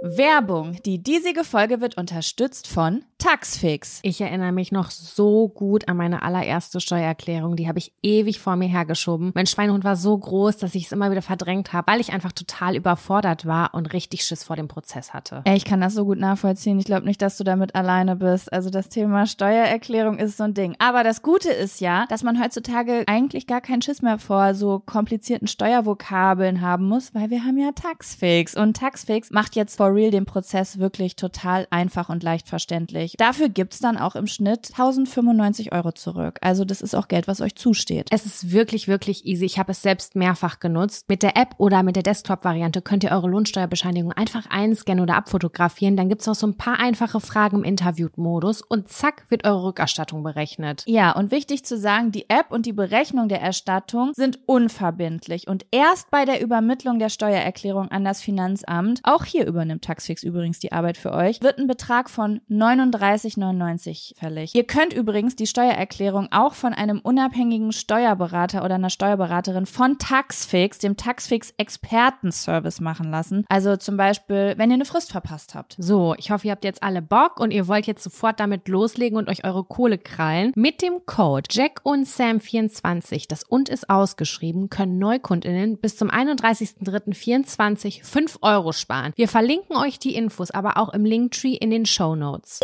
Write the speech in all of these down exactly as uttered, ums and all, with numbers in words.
Werbung. Die diesige Folge wird unterstützt von Taxfix. Ich erinnere mich noch so gut an meine allererste Steuererklärung. Die habe ich ewig vor mir hergeschoben. Mein Schweinehund war so groß, dass ich es immer wieder verdrängt habe, weil ich einfach total überfordert war und richtig Schiss vor dem Prozess hatte. Ey, ich kann das so gut nachvollziehen. Ich glaube nicht, dass du damit alleine bist. Also das Thema Steuererklärung ist so ein Ding. Aber das Gute ist ja, dass man heutzutage eigentlich gar keinen Schiss mehr vor so komplizierten Steuervokabeln haben muss, weil wir haben ja Taxfix. Und Taxfix macht jetzt for real den Prozess wirklich total einfach und leicht verständlich. Dafür gibt's dann auch im Schnitt tausendfünfundneunzig Euro zurück. Also das ist auch Geld, was euch zusteht. Es ist wirklich, wirklich easy. Ich habe es selbst mehrfach genutzt. Mit der App oder mit der Desktop-Variante könnt ihr eure Lohnsteuerbescheinigung einfach einscannen oder abfotografieren. Dann gibt's auch so ein paar einfache Fragen im Interview-Modus und zack, wird eure Rückerstattung berechnet. Ja, und wichtig zu sagen, die App und die Berechnung der Erstattung sind unverbindlich. Und erst bei der Übermittlung der Steuererklärung an das Finanzamt, auch hier übernimmt Taxfix übrigens die Arbeit für euch, wird ein Betrag von neununddreißig neunundneunzig fällig. Ihr könnt übrigens die Steuererklärung auch von einem unabhängigen Steuerberater oder einer Steuerberaterin von Taxfix, dem Taxfix Expertenservice machen lassen. Also zum Beispiel, wenn ihr eine Frist verpasst habt. So, ich hoffe, ihr habt jetzt alle Bock und ihr wollt jetzt sofort damit loslegen und euch eure Kohle krallen. Mit dem Code Jack und Sam vierundzwanzig, das und ist ausgeschrieben, können NeukundInnen bis zum einunddreißigsten dritten vierundzwanzig fünf Euro sparen. Wir verlinken euch die Infos aber auch im Linktree in den Shownotes.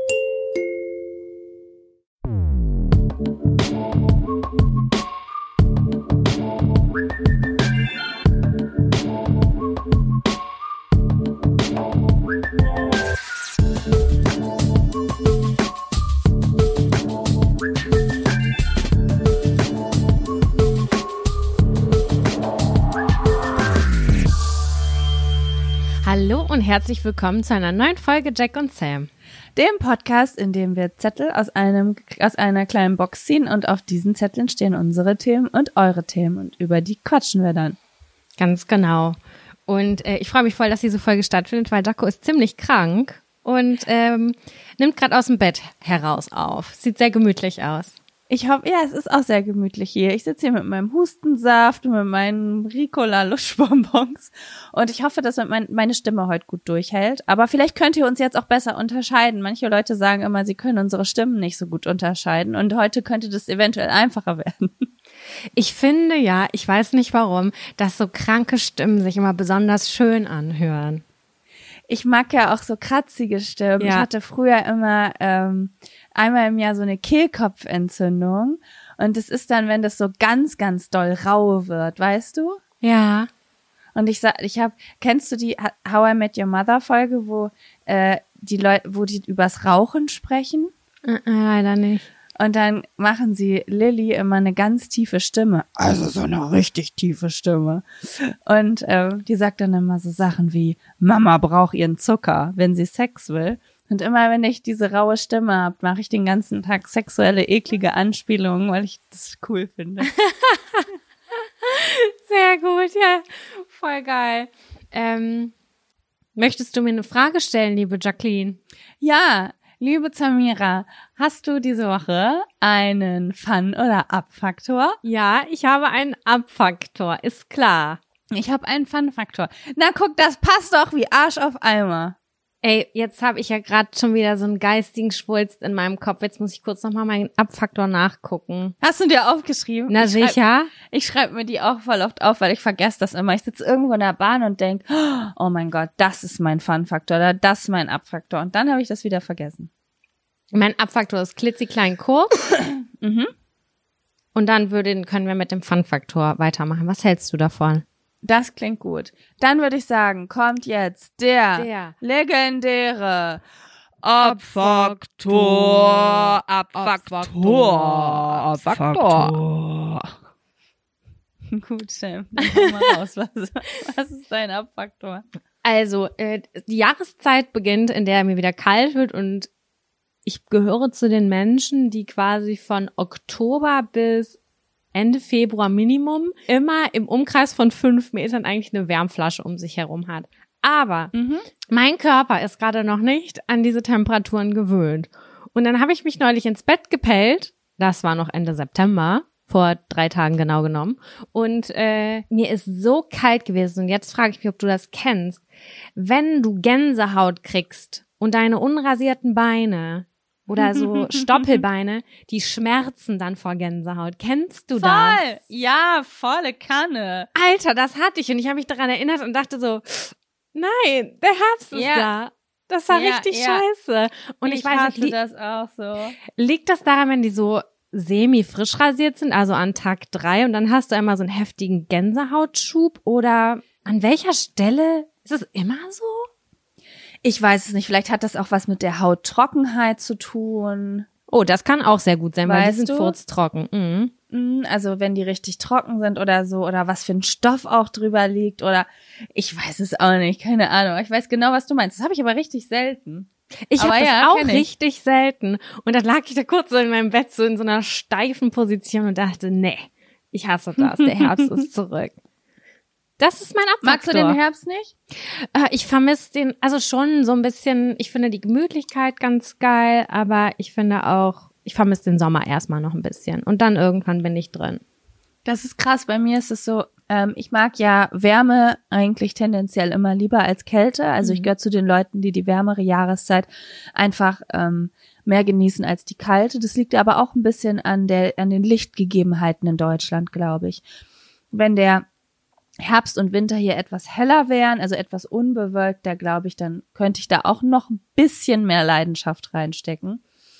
Hallo und herzlich willkommen zu einer neuen Folge Jack und Sam. Dem Podcast, in dem wir Zettel aus einem aus einer kleinen Box ziehen und auf diesen Zetteln stehen unsere Themen und eure Themen und über die quatschen wir dann. Ganz genau. Und äh, ich freue mich voll, dass diese Folge stattfindet, weil Jaco ist ziemlich krank und ähm, nimmt gerade aus dem Bett heraus auf. Sieht sehr gemütlich aus. Ich hoffe, ja, es ist auch sehr gemütlich hier. Ich sitze hier mit meinem Hustensaft und mit meinen Ricola-Luschbonbons und ich hoffe, dass mein, meine Stimme heute gut durchhält. Aber vielleicht könnt ihr uns jetzt auch besser unterscheiden. Manche Leute sagen immer, sie können unsere Stimmen nicht so gut unterscheiden und heute könnte das eventuell einfacher werden. Ich finde ja, ich weiß nicht warum, dass so kranke Stimmen sich immer besonders schön anhören. Ich mag ja auch so kratzige Stimmen. Ja. Ich hatte früher immer ähm, einmal im Jahr so eine Kehlkopfentzündung und es ist dann, wenn das so ganz, ganz doll rau wird, weißt du? Ja. Und ich sag, ich habe, kennst du die How I Met Your Mother Folge, wo äh, die Leute, wo die übers Rauchen sprechen? Äh, leider nicht. Und dann machen sie Lilly immer eine ganz tiefe Stimme. Also so eine richtig tiefe Stimme. Und äh, die sagt dann immer so Sachen wie, Mama braucht ihren Zucker, wenn sie Sex will. Und immer wenn ich diese raue Stimme habe, mache ich den ganzen Tag sexuelle, eklige Anspielungen, weil ich das cool finde. Sehr gut, ja. Voll geil. Ähm, möchtest du mir eine Frage stellen, liebe Jacqueline? Ja. Liebe Samira, hast du diese Woche einen Fun- oder Up-Faktor? Ja, ich habe einen Up-Faktor, ist klar. Ich habe einen Fun-Faktor. Na guck, das passt doch wie Arsch auf Eimer. Ey, jetzt habe ich ja gerade schon wieder so einen geistigen Schwulst in meinem Kopf. Jetzt muss ich kurz nochmal meinen Up-Faktor nachgucken. Hast du dir aufgeschrieben? Na ich sicher? Schreib, ich schreibe mir die auch voll oft auf, weil ich vergesse das immer. Ich sitze irgendwo in der Bahn und denk, oh mein Gott, das ist mein Fun-Faktor oder das ist mein Up-Faktor. Und dann habe ich das wieder vergessen. Mein Up-Faktor ist klitzeklein kurz. mhm. Und dann würden, können wir mit dem Fun-Faktor weitermachen. Was hältst du davon? Das klingt gut. Dann würde ich sagen, kommt jetzt der, der. legendäre Up-Faktor. Up-Faktor. Up-Faktor. Gut, Sam. Komm mal raus. Was, was ist dein Up-Faktor? Also, äh, die Jahreszeit beginnt, in der mir wieder kalt wird und ich gehöre zu den Menschen, die quasi von Oktober bis Ende Februar Minimum immer im Umkreis von fünf Metern eigentlich eine Wärmflasche um sich herum hat. Aber mhm. mein Körper ist gerade noch nicht an diese Temperaturen gewöhnt. Und dann habe ich mich neulich ins Bett gepellt, das war noch Ende September, vor drei Tagen genau genommen. Und äh, mir ist so kalt gewesen. Und jetzt frage ich mich, ob du das kennst. Wenn du Gänsehaut kriegst und deine unrasierten Beine oder so Stoppelbeine, die schmerzen dann vor Gänsehaut. Kennst du Voll. das? Ja, volle Kanne. Alter, das hatte ich. Und ich habe mich daran erinnert und dachte so, nein, der Herbst ist Ja. da. Das war Ja, richtig ja. scheiße. Und ich, ich weiß hasse nicht, li das auch so. liegt das daran, wenn die so semi-frisch rasiert sind, also an Tag drei und dann hast du einmal so einen heftigen Gänsehautschub oder an welcher Stelle? Ist es immer so? Ich weiß es nicht, vielleicht hat das auch was mit der Hauttrockenheit zu tun. Oh, das kann auch sehr gut sein, weil die Weißt sind du? furztrocken. Mhm. Mm, Also wenn die richtig trocken sind oder so, oder was für ein Stoff auch drüber liegt oder ich weiß es auch nicht, keine Ahnung. Ich weiß genau, was du meinst. Das habe ich aber richtig selten. Ich Aber habe das ja, auch kenn ich. richtig selten. Und dann lag ich da kurz so in meinem Bett, so in so einer steifen Position und dachte, nee, ich hasse das. Der Herbst ist zurück. Das ist mein Abfaktor. Magst du den Herbst nicht? Äh, ich vermisse den, also schon so ein bisschen, ich finde die Gemütlichkeit ganz geil, aber ich finde auch, ich vermisse den Sommer erstmal noch ein bisschen. Und dann irgendwann bin ich drin. Das ist krass. Bei mir ist es so, ähm, ich mag ja Wärme eigentlich tendenziell immer lieber als Kälte. Also ich gehöre zu den Leuten, die die wärmere Jahreszeit einfach ähm, mehr genießen als die kalte. Das liegt aber auch ein bisschen an der an den Lichtgegebenheiten in Deutschland, glaube ich. Wenn der Herbst und Winter hier etwas heller wären, also etwas unbewölkter, glaube ich, dann könnte ich da auch noch ein bisschen mehr Leidenschaft reinstecken.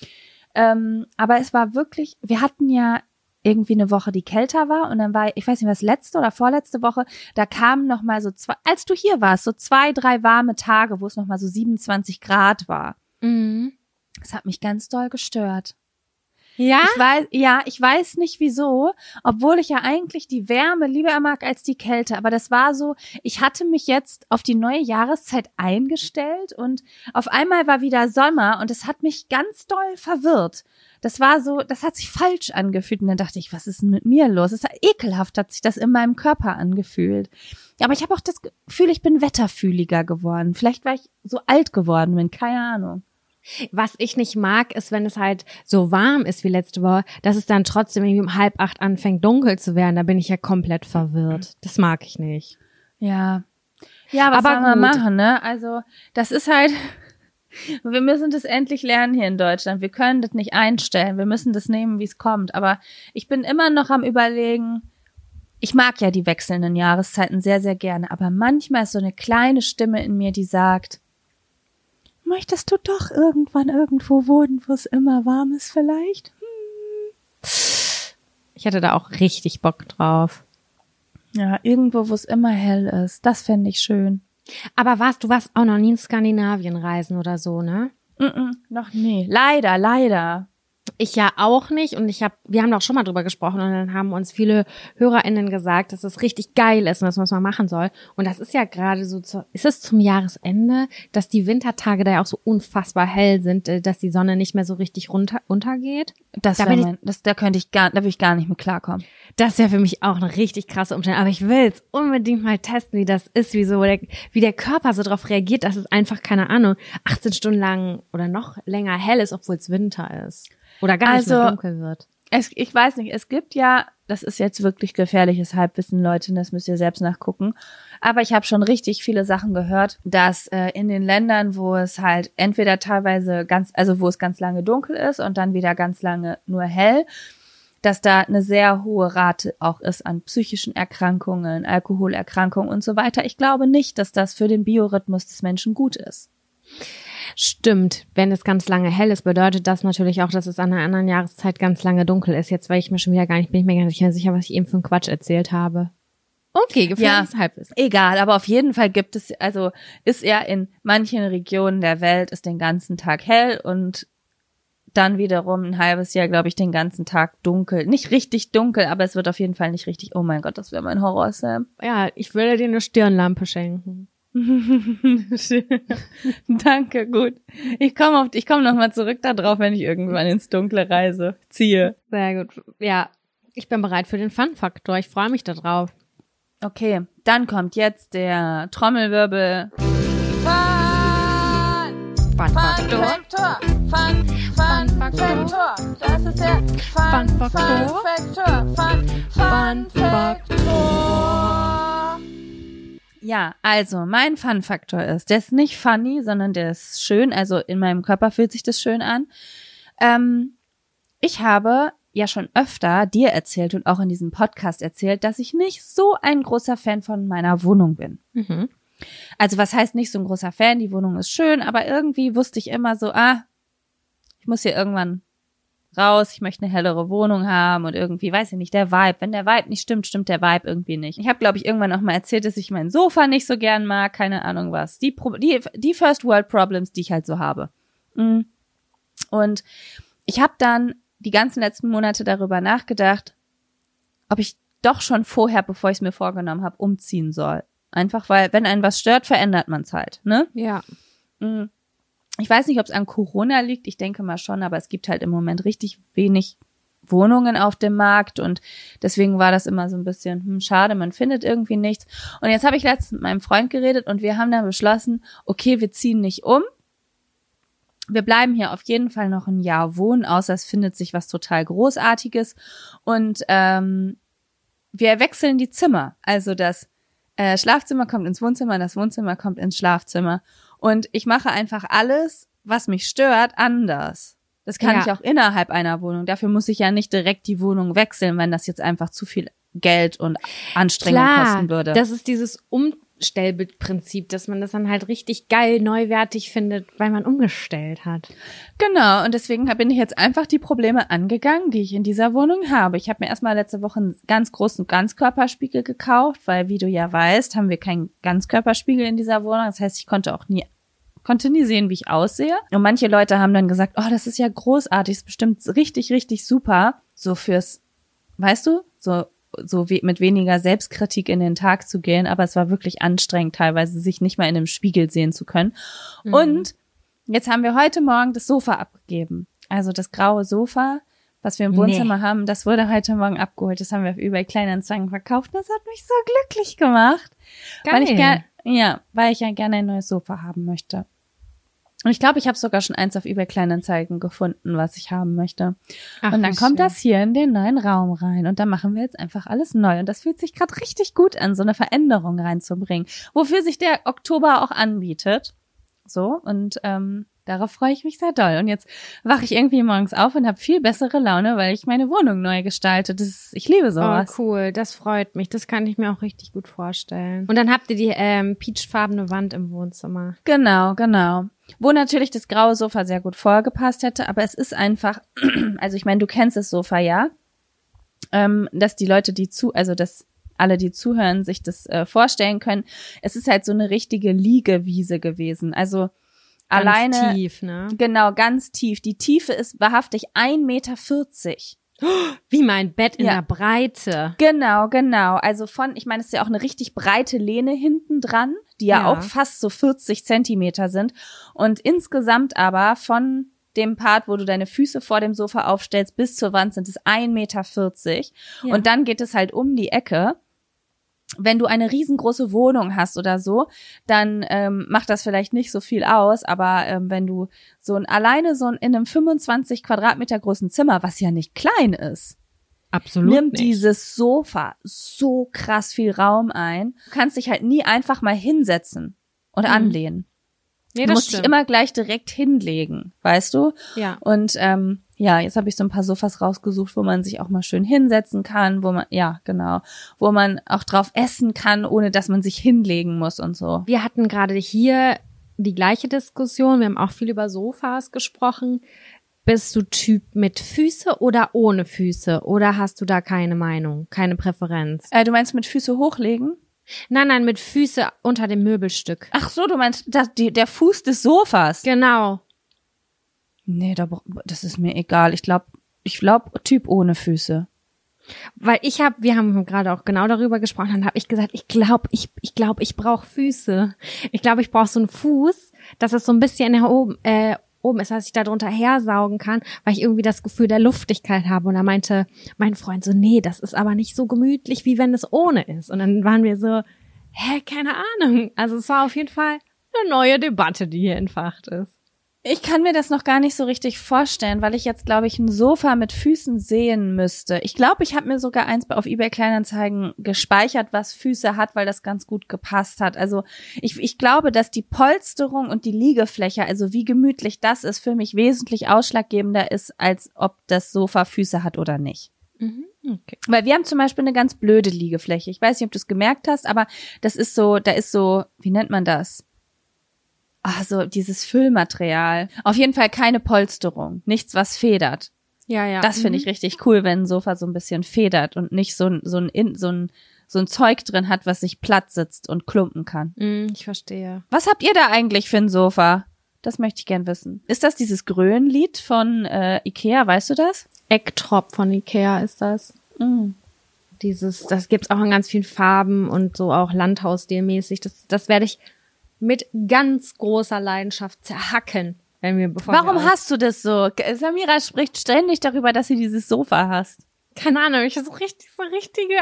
Ähm, aber es war wirklich, wir hatten ja irgendwie eine Woche, die kälter war und dann war, ich weiß nicht, was letzte oder vorletzte Woche, da kamen noch mal so zwei, als du hier warst, so zwei, drei warme Tage, wo es noch mal so siebenundzwanzig Grad war. Mhm. Das hat mich ganz doll gestört. Ja? Ich weiß, ja, ich weiß nicht wieso, obwohl ich ja eigentlich die Wärme lieber mag als die Kälte, aber das war so, ich hatte mich jetzt auf die neue Jahreszeit eingestellt und auf einmal war wieder Sommer und es hat mich ganz doll verwirrt. Das war so, das hat sich falsch angefühlt und dann dachte ich, was ist denn mit mir los? Es ist ekelhaft, hat sich das in meinem Körper angefühlt. Aber ich habe auch das Gefühl, ich bin wetterfühliger geworden. Vielleicht, weil ich so alt geworden bin, keine Ahnung. Was ich nicht mag, ist, wenn es halt so warm ist wie letzte Woche, dass es dann trotzdem irgendwie um halb acht anfängt dunkel zu werden. Da bin ich ja komplett verwirrt. Das mag ich nicht. Ja. Ja, was Aber soll man gut. machen, ne? Also, das ist halt, wir müssen das endlich lernen hier in Deutschland. Wir können das nicht einstellen. Wir müssen das nehmen, wie es kommt. Aber ich bin immer noch am Überlegen, ich mag ja die wechselnden Jahreszeiten sehr, sehr gerne. Aber manchmal ist so eine kleine Stimme in mir, die sagt, möchtest du doch irgendwann irgendwo wohnen, wo es immer warm ist vielleicht? Ich hätte da auch richtig Bock drauf. Ja, irgendwo, wo es immer hell ist. Das fände ich schön. Aber warst, du warst auch noch nie in Skandinavien reisen oder so, ne? Mm-mm, noch nie. Leider, leider. Ich ja auch nicht und ich habe, wir haben doch schon mal drüber gesprochen und dann haben uns viele HörerInnen gesagt, dass es richtig geil ist und dass man es mal machen soll. Und das ist ja gerade so, zu, ist es zum Jahresende, dass die Wintertage da ja auch so unfassbar hell sind, äh, dass die Sonne nicht mehr so richtig runter untergeht. Das, Da wär bin ich- mein, das, da könnte ich gar, da würde ich gar nicht mit klarkommen. Das wäre für mich auch eine richtig krasse Umstände. Aber ich will es unbedingt mal testen, wie das ist, wie so der, wie der Körper so darauf reagiert, dass es einfach, keine Ahnung, achtzehn Stunden lang oder noch länger hell ist, obwohl es Winter ist. Oder gar nicht Also, mehr dunkel wird. Es, ich weiß nicht, es gibt ja, das ist jetzt wirklich gefährliches Halbwissen, Leute, das müsst ihr selbst nachgucken. Aber ich habe schon richtig viele Sachen gehört, dass äh, in den Ländern, wo es halt entweder teilweise ganz, also wo es ganz lange dunkel ist und dann wieder ganz lange nur hell, dass da eine sehr hohe Rate auch ist an psychischen Erkrankungen, Alkoholerkrankungen und so weiter. Ich glaube nicht, dass das für den Biorhythmus des Menschen gut ist. Stimmt, wenn es ganz lange hell ist, bedeutet das natürlich auch, dass es an einer anderen Jahreszeit ganz lange dunkel ist. Jetzt weiß ich mir schon wieder gar nicht, bin ich mir gar nicht sicher, was ich eben für einen Quatsch erzählt habe. Okay, gefährliches Halbwissen. Egal, aber auf jeden Fall gibt es, also ist ja in manchen Regionen der Welt ist den ganzen Tag hell und dann wiederum ein halbes Jahr, glaube ich, den ganzen Tag dunkel. Nicht richtig dunkel, aber es wird auf jeden Fall nicht richtig, oh mein Gott, das wäre mein Horror, Sam. Ja, ich würde dir eine Stirnlampe schenken. Danke, gut. Ich komme auf, ich komme nochmal zurück da drauf, wenn ich irgendwann ins Dunkle reise, ziehe. Sehr gut. Ja, ich bin bereit für den Fun-Faktor. Ich freue mich da drauf. Okay, dann kommt jetzt der Trommelwirbel. Fun Fun-Faktor. Fun, Fun, Faktor. Das ist der Fun-Faktor. Fun, Fun-Faktor. Ja, also mein Fun-Faktor ist, der ist nicht funny, sondern der ist schön. Also in meinem Körper fühlt sich das schön an. Ähm, ich habe ja schon öfter dir erzählt und auch in diesem Podcast erzählt, dass ich nicht so ein großer Fan von meiner Wohnung bin. Mhm. Also was heißt nicht so ein großer Fan, die Wohnung ist schön, aber irgendwie wusste ich immer so, ah, ich muss hier irgendwann raus, ich möchte eine hellere Wohnung haben und irgendwie, weiß ich nicht, der Vibe, wenn der Vibe nicht stimmt, stimmt der Vibe irgendwie nicht. Ich habe, glaube ich, irgendwann auch mal erzählt, dass ich mein Sofa nicht so gern mag, keine Ahnung was. Die, Pro- die, die First World Problems, die ich halt so habe. Und ich habe dann die ganzen letzten Monate darüber nachgedacht, ob ich doch schon vorher, bevor ich es mir vorgenommen habe, umziehen soll. Einfach weil, wenn einen was stört, verändert man es halt, ne? Ja. Ich weiß nicht, ob es an Corona liegt, ich denke mal schon, aber es gibt halt im Moment richtig wenig Wohnungen auf dem Markt und deswegen war das immer so ein bisschen, hm, schade, man findet irgendwie nichts. Und jetzt habe ich letztens mit meinem Freund geredet und wir haben dann beschlossen, okay, wir ziehen nicht um. Wir bleiben hier auf jeden Fall noch ein Jahr wohnen, außer es findet sich was total Großartiges. Und ähm, wir wechseln die Zimmer. Also das äh, Schlafzimmer kommt ins Wohnzimmer, das Wohnzimmer kommt ins Schlafzimmer. Und ich mache einfach alles, was mich stört, anders. Das kann Ja. ich auch innerhalb einer Wohnung. Dafür muss ich ja nicht direkt die Wohnung wechseln, wenn das jetzt einfach zu viel Geld und Anstrengung Klar, kosten würde. das ist dieses Umstellbildprinzip, dass man das dann halt richtig geil neuwertig findet, weil man umgestellt hat. Genau, und deswegen bin ich jetzt einfach die Probleme angegangen, die ich in dieser Wohnung habe. Ich habe mir erstmal letzte Woche einen ganz großen Ganzkörperspiegel gekauft, weil, wie du ja weißt, haben wir keinen Ganzkörperspiegel in dieser Wohnung. Das heißt, ich konnte auch nie konnte nie sehen, wie ich aussehe. Und manche Leute haben dann gesagt, oh, das ist ja großartig, ist bestimmt richtig, richtig super, so fürs, weißt du, so so we- mit weniger Selbstkritik in den Tag zu gehen, aber es war wirklich anstrengend, teilweise sich nicht mal in einem Spiegel sehen zu können. Mhm. Und jetzt haben wir heute Morgen das Sofa abgegeben. Also das graue Sofa, was wir im Wohnzimmer Nee. haben, das wurde heute Morgen abgeholt. Das haben wir auf eBay Kleinanzeigen verkauft. Das hat mich so glücklich gemacht. Weil ich Geil. ger- ja, weil ich ja gerne ein neues Sofa haben möchte. Und ich glaube, ich habe sogar schon eins auf eBay Kleinanzeigen gefunden, was ich haben möchte. Ach, und dann wie kommt schön. das hier in den neuen Raum rein. Und da machen wir jetzt einfach alles neu. Und das fühlt sich gerade richtig gut an, so eine Veränderung reinzubringen. Wofür sich der Oktober auch anbietet. So, und ähm, darauf freue ich mich sehr doll. Und jetzt wache ich irgendwie morgens auf und habe viel bessere Laune, weil ich meine Wohnung neu gestalte. Das ist, ich liebe sowas. Oh, cool, das freut mich. Das kann ich mir auch richtig gut vorstellen. Und dann habt ihr die ähm, peachfarbene Wand im Wohnzimmer. Genau, genau. Wo natürlich das graue Sofa sehr gut vorgepasst hätte, aber es ist einfach, also ich meine, du kennst das Sofa, ja, ähm, dass die Leute, die zu, also dass alle, die zuhören, sich das äh, vorstellen können. Es ist halt so eine richtige Liegewiese gewesen. Also Ganz alleine, tief, ne? genau, ganz tief. Die Tiefe ist wahrhaftig ein Meter vierzig. Wie mein Bett in Ja. der Breite. Genau, genau. Also von, ich meine, es ist ja auch eine richtig breite Lehne hinten dran, die ja, Ja. auch fast so vierzig Zentimeter sind. Und insgesamt aber von dem Part, wo du deine Füße vor dem Sofa aufstellst, bis zur Wand sind es ein Meter vierzig. Ja. Und dann geht es halt um die Ecke. Wenn du eine riesengroße Wohnung hast oder so, dann ähm, macht das vielleicht nicht so viel aus, aber ähm, wenn du so ein alleine so ein, in einem fünfundzwanzig Quadratmeter großen Zimmer, was ja nicht klein ist, Absolut nimmt nicht. dieses Sofa so krass viel Raum ein. Du kannst dich halt nie einfach mal hinsetzen und Mhm. anlehnen. Nee, Du das musst dich stimmt. immer gleich direkt hinlegen, weißt du? Ja. Und ähm, ja, jetzt habe ich so ein paar Sofas rausgesucht, wo man sich auch mal schön hinsetzen kann, wo man, ja, genau, wo man auch drauf essen kann, ohne dass man sich hinlegen muss und so. Wir hatten gerade hier die gleiche Diskussion. Wir haben auch viel über Sofas gesprochen. Bist du Typ mit Füße oder ohne Füße? Oder hast du da keine Meinung, keine Präferenz? Äh, du meinst mit Füße hochlegen? Nein, nein, mit Füße unter dem Möbelstück. Ach so, du meinst das, die, der Fuß des Sofas? Genau. Nee, da, das ist mir egal. Ich glaube, ich glaube Typ ohne Füße. Weil ich habe, wir haben gerade auch genau darüber gesprochen, dann habe ich gesagt, ich glaube, ich ich glaube, ich brauche Füße. Ich glaube, ich brauche so einen Fuß, dass es so ein bisschen nach oben äh, oben ist, dass ich da drunter hersaugen kann, weil ich irgendwie das Gefühl der Luftigkeit habe. Und da meinte mein Freund so, nee, das ist aber nicht so gemütlich, wie wenn es ohne ist. Und dann waren wir so, hä, keine Ahnung. Also es war auf jeden Fall eine neue Debatte, die hier entfacht ist. Ich kann mir das noch gar nicht so richtig vorstellen, weil ich jetzt, glaube ich, ein Sofa mit Füßen sehen müsste. Ich glaube, ich habe mir sogar eins auf eBay Kleinanzeigen gespeichert, was Füße hat, weil das ganz gut gepasst hat. Also ich, ich glaube, dass die Polsterung und die Liegefläche, also wie gemütlich das ist, für mich wesentlich ausschlaggebender ist, als ob das Sofa Füße hat oder nicht. Mhm, okay. Weil wir haben zum Beispiel eine ganz blöde Liegefläche. Ich weiß nicht, ob du es gemerkt hast, aber das ist so, da ist so, wie nennt man das? Ah, so dieses Füllmaterial. Auf jeden Fall keine Polsterung. Nichts, was federt. Ja, ja. Das finde ich richtig cool, wenn ein Sofa so ein bisschen federt und nicht so ein, so ein, so ein, so ein Zeug drin hat, was sich platt sitzt und klumpen kann. Mhm, ich verstehe. Was habt ihr da eigentlich für ein Sofa? Das möchte ich gern wissen. Ist das dieses Grönlied von äh, Ikea, weißt du das? Ecktrop von Ikea ist das. Mhm. Dieses, das gibt's auch in ganz vielen Farben und so auch Landhausstilmäßig. Das, das werde ich mit ganz großer Leidenschaft zerhacken, wenn wir bevor Warum wir hast du das so? Samira spricht ständig darüber, dass sie dieses Sofa hast. Keine Ahnung, ich habe so richtig, so richtige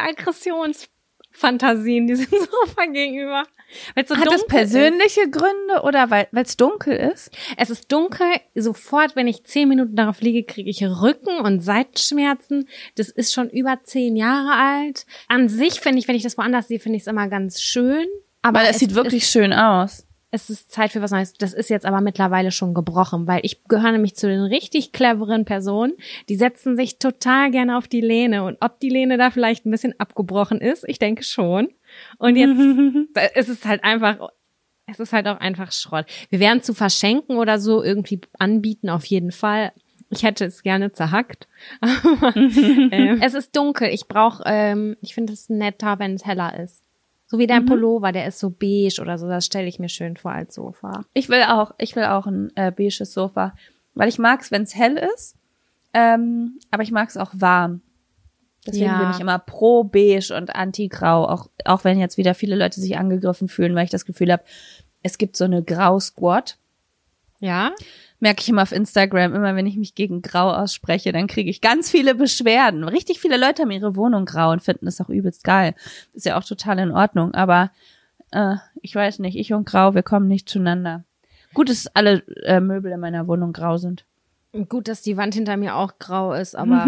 Aggressionsfantasien diesem Sofa gegenüber. Weil's so Hat das dunkel persönliche ist. Gründe oder weil es dunkel ist? Es ist dunkel. Sofort, wenn ich zehn Minuten darauf liege, kriege ich Rücken- und Seitenschmerzen. Das ist schon über zehn Jahre alt. An sich finde ich, wenn ich das woanders sehe, finde ich es immer ganz schön. Aber Weil es, es sieht wirklich ist, schön aus. Es ist Zeit für was Neues. Das ist jetzt aber mittlerweile schon gebrochen, weil ich gehöre nämlich zu den richtig cleveren Personen. Die setzen sich total gerne auf die Lehne. Und ob die Lehne da vielleicht ein bisschen abgebrochen ist, ich denke schon. Und jetzt ist es halt einfach, es ist halt auch einfach Schrott. Wir werden zu verschenken oder so irgendwie anbieten, auf jeden Fall. Ich hätte es gerne zerhackt. Aber, ähm, es ist dunkel. Ich brauche, ähm, ich finde es netter, wenn es heller ist. So wie dein mhm. Pullover, der ist so beige oder so, das stelle ich mir schön vor als Sofa. Ich will auch, ich will auch ein äh, beiges Sofa, weil ich mag es, wenn es hell ist, ähm, aber ich mag es auch warm. Deswegen ja. bin ich immer pro beige und anti-grau, auch auch wenn jetzt wieder viele Leute sich angegriffen fühlen, weil ich das Gefühl habe, es gibt so eine Grau-Squad. Ja. Merke ich immer auf Instagram, immer wenn ich mich gegen Grau ausspreche, dann kriege ich ganz viele Beschwerden. Richtig viele Leute haben ihre Wohnung grau und finden das auch übelst geil. Ist ja auch total in Ordnung, aber äh, ich weiß nicht, ich und Grau, wir kommen nicht zueinander. Gut, dass alle äh, Möbel in meiner Wohnung grau sind. Gut, dass die Wand hinter mir auch grau ist, aber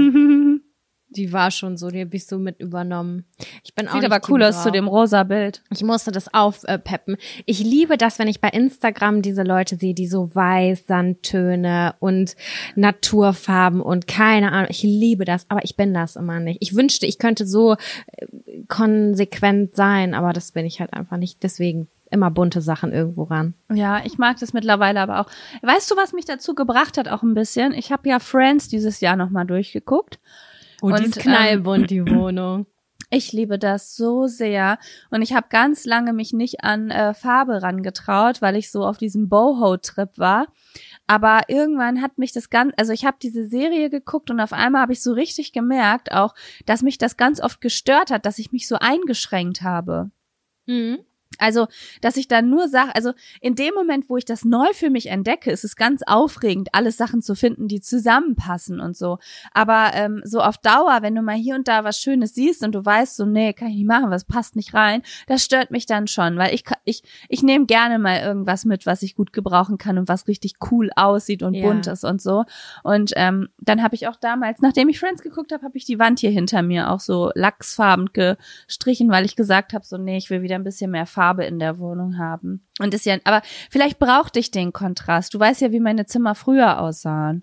die war schon so, die habe ich so mit übernommen. Ich bin auch Sieht nicht aber cool aus zu dem rosa Bild. Ich musste das aufpeppen. Ich liebe das, wenn ich bei Instagram diese Leute sehe, die so weiß, Sandtöne und Naturfarben und keine Ahnung. Ich liebe das, aber ich bin das immer nicht. Ich wünschte, ich könnte so konsequent sein, aber das bin ich halt einfach nicht. Deswegen immer bunte Sachen irgendwo ran. Ja, ich mag das mittlerweile aber auch. Weißt du, was mich dazu gebracht hat auch ein bisschen? Ich habe ja Friends dieses Jahr nochmal durchgeguckt. Oh, die ist knallbunt, ähm, die Wohnung. Ich liebe das so sehr. Und ich habe ganz lange mich nicht an äh, Farbe rangetraut, weil ich so auf diesem Boho-Trip war. Aber irgendwann hat mich das ganz, also ich habe diese Serie geguckt und auf einmal habe ich so richtig gemerkt auch, dass mich das ganz oft gestört hat, dass ich mich so eingeschränkt habe. Mhm. Also, dass ich dann nur sage, also in dem Moment, wo ich das neu für mich entdecke, ist es ganz aufregend, alles Sachen zu finden, die zusammenpassen und so. Aber ähm, so auf Dauer, wenn du mal hier und da was Schönes siehst und du weißt so, nee, kann ich nicht machen, was passt nicht rein, das stört mich dann schon, weil ich ich ich nehme gerne mal irgendwas mit, was ich gut gebrauchen kann und was richtig cool aussieht und ja. bunt ist und so. Und ähm, dann habe ich auch damals, nachdem ich Friends geguckt habe, habe ich die Wand hier hinter mir auch so lachsfarben gestrichen, weil ich gesagt habe, so nee, ich will wieder ein bisschen mehr Farbe in der Wohnung haben. Und ist ja, aber vielleicht brauchte ich den Kontrast. Du weißt ja, wie meine Zimmer früher aussahen.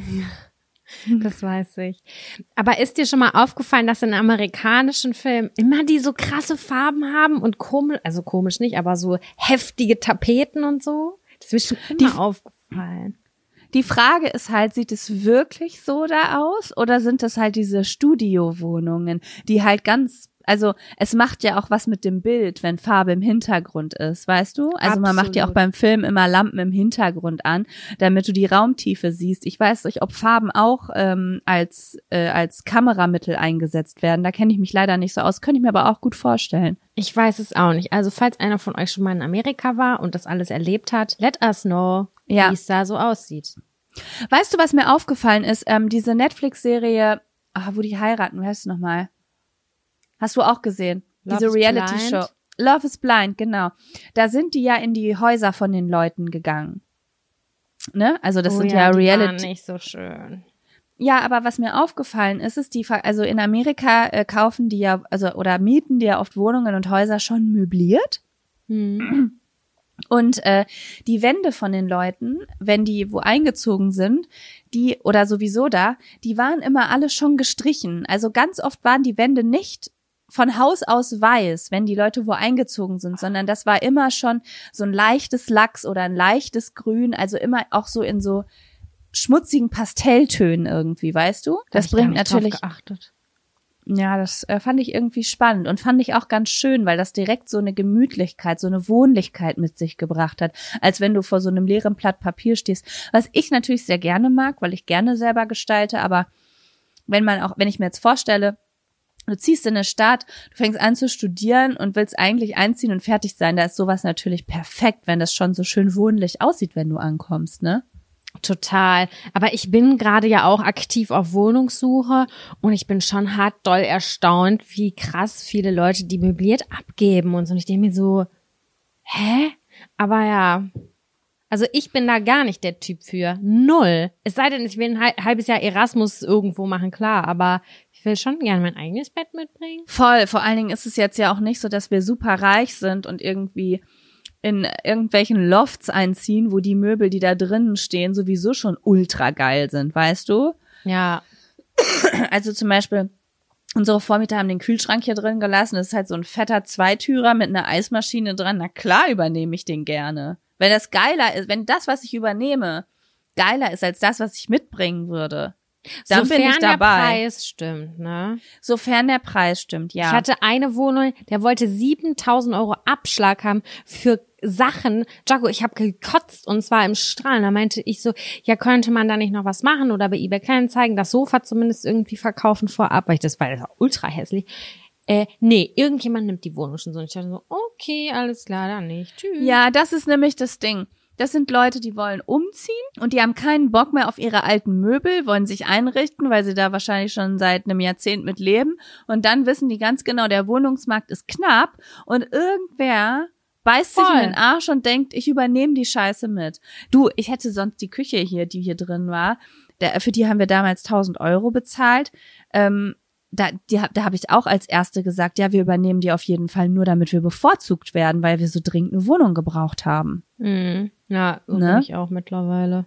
Ja, das weiß ich. Aber ist dir schon mal aufgefallen, dass in amerikanischen Filmen immer die so krasse Farben haben und komisch, also komisch nicht, aber so heftige Tapeten und so? Das ist mir schon immer die, aufgefallen. Die Frage ist halt, sieht es wirklich so da aus oder sind das halt diese Studiowohnungen, die halt ganz, also es macht ja auch was mit dem Bild, wenn Farbe im Hintergrund ist, weißt du? Also Absolut. Man macht ja auch beim Film immer Lampen im Hintergrund an, damit du die Raumtiefe siehst. Ich weiß nicht, ob Farben auch ähm, als äh, als Kameramittel eingesetzt werden. Da kenne ich mich leider nicht so aus, könnte ich mir aber auch gut vorstellen. Ich weiß es auch nicht. Also falls einer von euch schon mal in Amerika war und das alles erlebt hat, let us know, ja. wie es da so aussieht. Weißt du, was mir aufgefallen ist? Ähm, diese Netflix-Serie, ah, wo die heiraten, wie heißt es nochmal? Hast du auch gesehen? Love Diese Reality-Show. Blind. Love is Blind, genau. Da sind die ja in die Häuser von den Leuten gegangen. Ne? Also das oh sind ja, ja die Reality. waren nicht so schön. Ja, aber was mir aufgefallen ist, ist die, also in Amerika äh, kaufen die ja, also oder mieten die ja oft Wohnungen und Häuser schon möbliert. Hm. Und äh, die Wände von den Leuten, wenn die wo eingezogen sind, die oder sowieso da, die waren immer alle schon gestrichen. Also ganz oft waren die Wände nicht von Haus aus weiß, wenn die Leute wo eingezogen sind, sondern das war immer schon so ein leichtes Lachs oder ein leichtes Grün, also immer auch so in so schmutzigen Pastelltönen irgendwie, weißt du? Das bringt natürlich. Ja, das äh, fand ich irgendwie spannend und fand ich auch ganz schön, weil das direkt so eine Gemütlichkeit, so eine Wohnlichkeit mit sich gebracht hat, als wenn du vor so einem leeren Blatt Papier stehst. Was ich natürlich sehr gerne mag, weil ich gerne selber gestalte, aber wenn man auch, wenn ich mir jetzt vorstelle, du ziehst in eine Stadt, du fängst an zu studieren und willst eigentlich einziehen und fertig sein, da ist sowas natürlich perfekt, wenn das schon so schön wohnlich aussieht, wenn du ankommst, ne? Total. Aber ich bin gerade ja auch aktiv auf Wohnungssuche und ich bin schon hart doll erstaunt, wie krass viele Leute die möbliert abgeben und so. Und ich denke mir so, hä? Aber ja, also ich bin da gar nicht der Typ für. Null. Es sei denn, ich will ein halbes Jahr Erasmus irgendwo machen, klar, aber ich will schon gerne mein eigenes Bett mitbringen. Voll. Vor allen Dingen ist es jetzt ja auch nicht so, dass wir super reich sind und irgendwie in irgendwelchen Lofts einziehen, wo die Möbel, die da drinnen stehen, sowieso schon ultra geil sind, weißt du? Ja. Also zum Beispiel, unsere Vormieter haben den Kühlschrank hier drin gelassen, das ist halt so ein fetter Zweitürer mit einer Eismaschine dran, na klar übernehme ich den gerne. Wenn das geiler ist, wenn das, was ich übernehme, geiler ist als das, was ich mitbringen würde, dann Sofern bin ich dabei. der Preis stimmt, ne? Sofern der Preis stimmt, ja. Ich hatte eine Wohnung, der wollte siebentausend Euro Abschlag haben für Sachen. Jaco, ich habe gekotzt und zwar im Strahlen. Da meinte ich so, ja, könnte man da nicht noch was machen oder bei eBay Kleinanzeigen das Sofa zumindest irgendwie verkaufen vorab, weil ich das war, das war ultra hässlich. Äh, nee, irgendjemand nimmt die Wohnung schon so. Und ich dachte so, okay, alles klar, dann nicht. Tschüss. Ja, das ist nämlich das Ding. Das sind Leute, die wollen umziehen und die haben keinen Bock mehr auf ihre alten Möbel, wollen sich einrichten, weil sie da wahrscheinlich schon seit einem Jahrzehnt mit leben. Und dann wissen die ganz genau, der Wohnungsmarkt ist knapp und irgendwer beißt sich Voll. in den Arsch und denkt, ich übernehme die Scheiße mit. Du, ich hätte sonst die Küche hier, die hier drin war, der, für die haben wir damals tausend Euro bezahlt. Ähm, da, die, da habe ich auch als Erste gesagt, ja, wir übernehmen die auf jeden Fall nur, damit wir bevorzugt werden, weil wir so dringend eine Wohnung gebraucht haben. Mhm. Ja, so Ne? bin ich auch mittlerweile.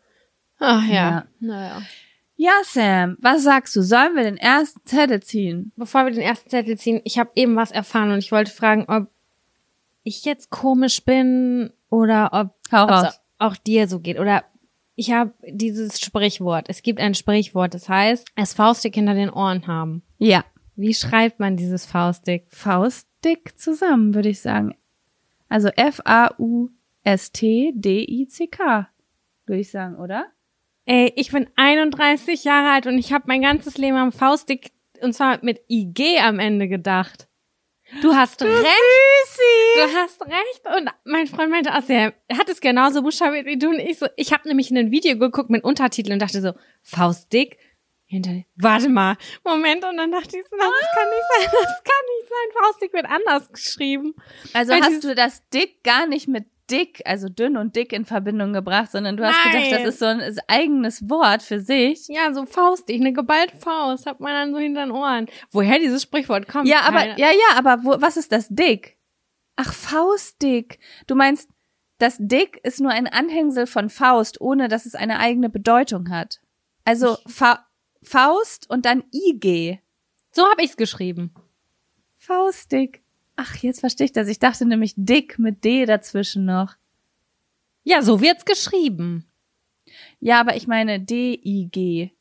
Ach ja, Ja. naja. Ja, Sam, was sagst du? Sollen wir den ersten Zettel ziehen? Bevor wir den ersten Zettel ziehen, ich habe eben was erfahren und ich wollte fragen, ob ich jetzt komisch bin oder ob Hau ob's raus. auch dir so geht. Oder ich habe dieses Sprichwort. Es gibt ein Sprichwort, das heißt, es Faustdick hinter den Ohren haben. Ja. Wie schreibt man dieses Faustdick? Faustdick zusammen, würde ich sagen. Also F A U S T D I C K, würde ich sagen, oder? Ey, ich bin einunddreißig Jahre alt und ich habe mein ganzes Leben am Faustdick, und zwar mit I G am Ende gedacht. Du hast recht. Süßi. Du hast recht. Und mein Freund meinte, ach, er hat es genauso buchstabiert wie du. Und ich so, ich habe nämlich in ein Video geguckt mit Untertiteln und dachte so, Faustdick? Hinter, warte mal, Moment. Und dann dachte ich so, nein, das kann nicht sein, das kann nicht sein. Faustdick wird anders geschrieben. Also Weil hast dieses- du das dick gar nicht mit dick, also dünn und dick in Verbindung gebracht, sondern du hast Nein. gedacht, das ist so ein ist eigenes Wort für sich. Ja, so Faustdick, eine geballte Faust, hat man dann so hinter den Ohren. Woher dieses Sprichwort kommt? Ja, aber, keine- ja, ja, aber wo, was ist das dick? Ach, Faustdick. Du meinst, das dick ist nur ein Anhängsel von Faust, ohne dass es eine eigene Bedeutung hat. Also Fa- Faust und dann I G. So habe ich's geschrieben. Faustdick. Ach, jetzt verstehe ich das. Ich dachte nämlich dick mit D dazwischen noch. Ja, so wird's geschrieben. Ja, aber ich meine D I G.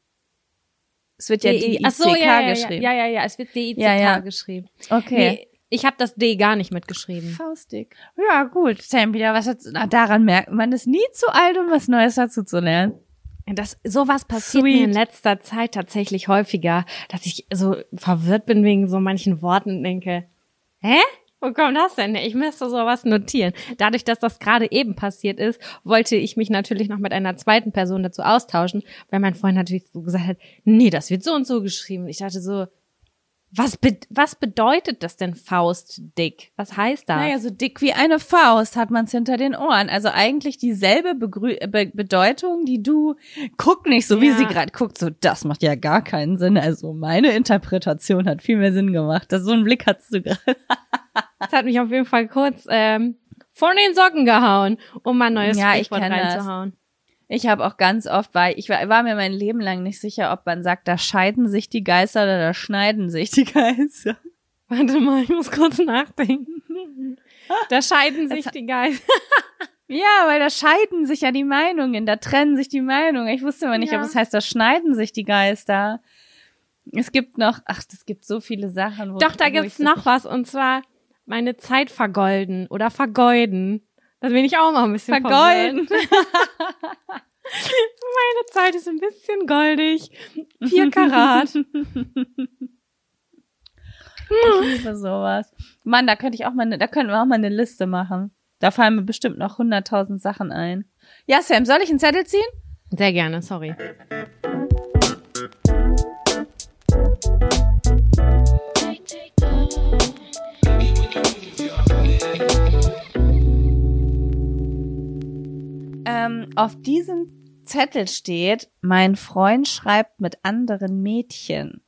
Es wird ja D I C K Ach so, ja, ja, geschrieben. Ja, ja, ja, es wird D I C K Ja, ja. geschrieben. Okay. Nee, ich habe das D gar nicht mitgeschrieben. Faustdick. Ja, gut. Sam, wieder was dazu. Na, daran merkt man ist nie zu alt, um was Neues dazu zu lernen. Das, sowas passiert Sweet. mir in letzter Zeit tatsächlich häufiger, dass ich so verwirrt bin wegen so manchen Worten und denke, hä? Wo kommt das denn? Ich müsste sowas notieren. Dadurch, dass das gerade eben passiert ist, wollte ich mich natürlich noch mit einer zweiten Person dazu austauschen, weil mein Freund natürlich so gesagt hat, nee, das wird so und so geschrieben. Ich dachte so, Was, be- was bedeutet das denn faustdick? Was heißt das? Naja, so dick wie eine Faust hat man's hinter den Ohren. Also eigentlich dieselbe Begrü- Be- Bedeutung, die du, guck nicht so, wie Ja. sie gerade guckt, so, das macht ja gar keinen Sinn. Also meine Interpretation hat viel mehr Sinn gemacht. Das, so einen Blick hattest du gerade. Das hat mich auf jeden Fall kurz ähm, vor den Socken gehauen, um mal ein neues Ja, ich Sprichwort kenn das. reinzuhauen. Ich habe auch ganz oft, weil ich war, war mir mein Leben lang nicht sicher, ob man sagt, da scheiden sich die Geister oder da schneiden sich die Geister. Warte mal, ich muss kurz nachdenken. Da scheiden sich Das- die Geister. Ja, weil da scheiden sich ja die Meinungen, da trennen sich die Meinungen. Ich wusste immer nicht, Ja. ob es heißt, da schneiden sich die Geister. Es gibt noch, ach, es gibt so viele Sachen. Wo, Doch, da wo gibt's ich noch was, und zwar meine Zeit vergolden oder vergeuden. Das bin ich auch mal ein bisschen vergeuden. verwirrt. Meine Zeit ist ein bisschen goldig. Vier Karat. Ich liebe sowas. Mann, da könnte ich auch mal, ne, da könnten wir auch mal eine Liste machen. Da fallen mir bestimmt noch hunderttausend Sachen ein. Ja, Sam, soll ich einen Zettel ziehen? Sehr gerne, sorry. Ähm, auf diesem Zettel steht, mein Freund schreibt mit anderen Mädchen.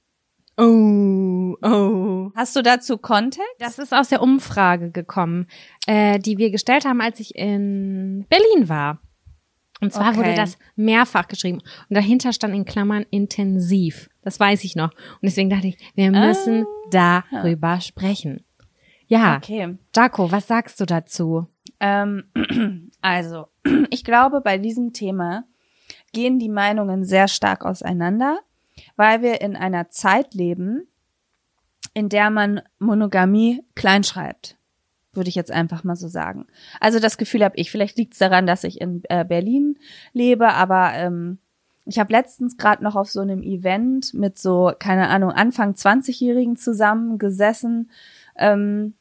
Oh, oh. Hast du dazu Kontext? Das ist aus der Umfrage gekommen, äh, die wir gestellt haben, als ich in Berlin war. Und zwar Okay. wurde das mehrfach geschrieben. Und dahinter stand in Klammern intensiv. Das weiß ich noch. Und deswegen dachte ich, wir müssen darüber sprechen. Ja, Okay. Jaco, was sagst du dazu? Ähm, also, ich glaube, bei diesem Thema gehen die Meinungen sehr stark auseinander, weil wir in einer Zeit leben, in der man Monogamie kleinschreibt, würde ich jetzt einfach mal so sagen. Also das Gefühl habe ich, vielleicht liegt es daran, dass ich in äh, Berlin lebe, aber ähm, ich habe letztens gerade noch auf so einem Event mit so, keine Ahnung, Anfang zwanzigjährigen zusammengesessen, ähm,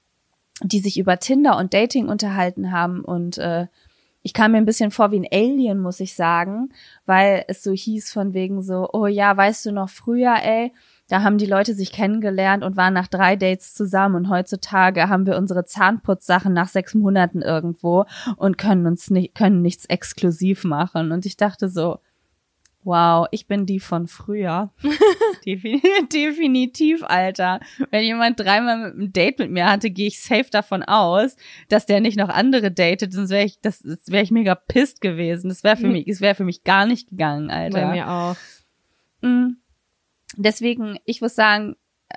die sich über Tinder und Dating unterhalten haben, und äh, ich kam mir ein bisschen vor wie ein Alien, muss ich sagen, weil es so hieß von wegen so, oh ja, weißt du noch früher, ey, da haben die Leute sich kennengelernt und waren nach drei Dates zusammen, und heutzutage haben wir unsere Zahnputzsachen nach sechs Monaten irgendwo und können uns nicht, können nichts exklusiv machen. Und ich dachte so, wow, ich bin die von früher. Defin- Definitiv, Alter. Wenn jemand dreimal mit einem Date mit mir hatte, gehe ich safe davon aus, dass der nicht noch andere datet, sonst wäre ich, das, das wäre ich mega pissed gewesen. Das wäre für mich, es wäre für mich gar nicht gegangen, Alter. Bei mir auch. Mm. Deswegen, ich muss sagen,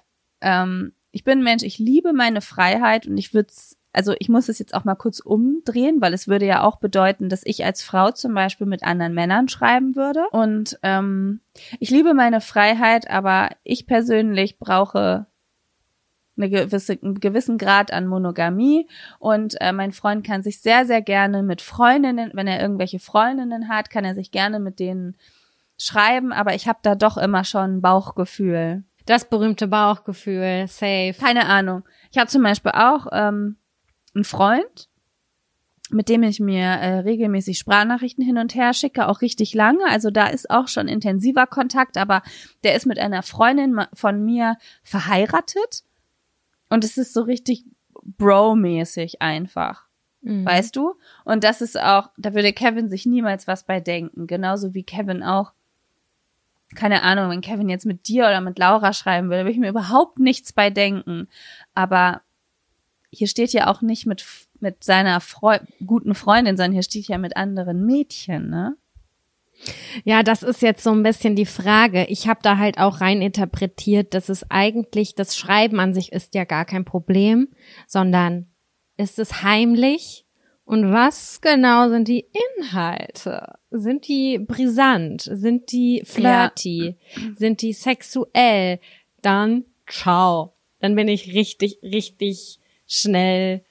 ähm, ich bin ein Mensch, ich liebe meine Freiheit, und ich würde es, also ich muss es jetzt auch mal kurz umdrehen, weil es würde ja auch bedeuten, dass ich als Frau zum Beispiel mit anderen Männern schreiben würde. Und ähm, ich liebe meine Freiheit, aber ich persönlich brauche eine gewisse, einen gewissen Grad an Monogamie, und äh, mein Freund kann sich sehr, sehr gerne mit Freundinnen, wenn er irgendwelche Freundinnen hat, kann er sich gerne mit denen schreiben, aber ich habe da doch immer schon ein Bauchgefühl. Das berühmte Bauchgefühl, safe. Keine Ahnung. Ich habe zum Beispiel auch ähm, einen Freund, mit dem ich mir äh, regelmäßig Sprachnachrichten hin und her schicke, auch richtig lange. Also da ist auch schon intensiver Kontakt, aber der ist mit einer Freundin ma- von mir verheiratet, und es ist so richtig Bro-mäßig einfach. Mhm. Weißt du? Und das ist auch, da würde Kevin sich niemals was bei denken. Genauso wie Kevin auch, keine Ahnung, wenn Kevin jetzt mit dir oder mit Laura schreiben würde, würde ich mir überhaupt nichts bei denken. Aber hier steht ja auch nicht mit, mit seiner Freu- guten Freundin, sondern hier steht ja mit anderen Mädchen, ne? Ja, das ist jetzt so ein bisschen die Frage. Ich habe da halt auch rein interpretiert, dass es eigentlich, das Schreiben an sich ist ja gar kein Problem, sondern ist es heimlich? Und was genau sind die Inhalte? Sind die brisant? Sind die flirty? Ja. Sind die sexuell? Dann ciao. Dann bin ich richtig, richtig schnell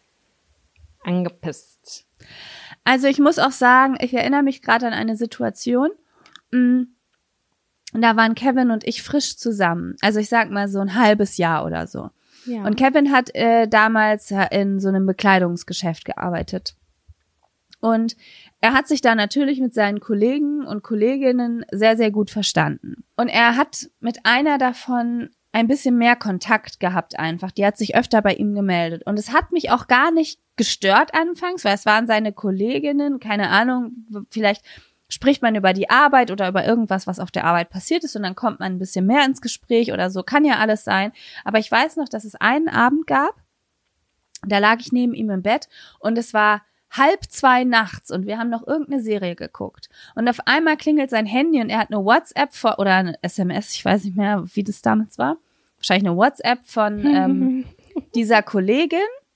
angepisst. Also ich muss auch sagen, ich erinnere mich gerade an eine Situation, mh, da waren Kevin und ich frisch zusammen. Also ich sag mal so ein halbes Jahr oder so. Ja. Und Kevin hat äh, damals in so einem Bekleidungsgeschäft gearbeitet. Und er hat sich da natürlich mit seinen Kollegen und Kolleginnen sehr, sehr gut verstanden. Und er hat mit einer davon ein bisschen mehr Kontakt gehabt einfach. Die hat sich öfter bei ihm gemeldet. Und es hat mich auch gar nicht gestört anfangs, weil es waren seine Kolleginnen, keine Ahnung, vielleicht spricht man über die Arbeit oder über irgendwas, was auf der Arbeit passiert ist und dann kommt man ein bisschen mehr ins Gespräch oder so, kann ja alles sein. Aber ich weiß noch, dass es einen Abend gab, da lag ich neben ihm im Bett und es war halb zwei nachts und wir haben noch irgendeine Serie geguckt. Und auf einmal klingelt sein Handy und er hat eine WhatsApp vor, oder eine S M S, ich weiß nicht mehr, wie das damals war. Wahrscheinlich eine WhatsApp von ähm, dieser Kollegin.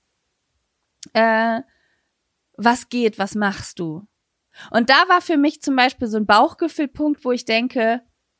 Äh, was geht, was machst du? Und da war für mich zum Beispiel so ein Bauchgefühlpunkt, wo ich denke,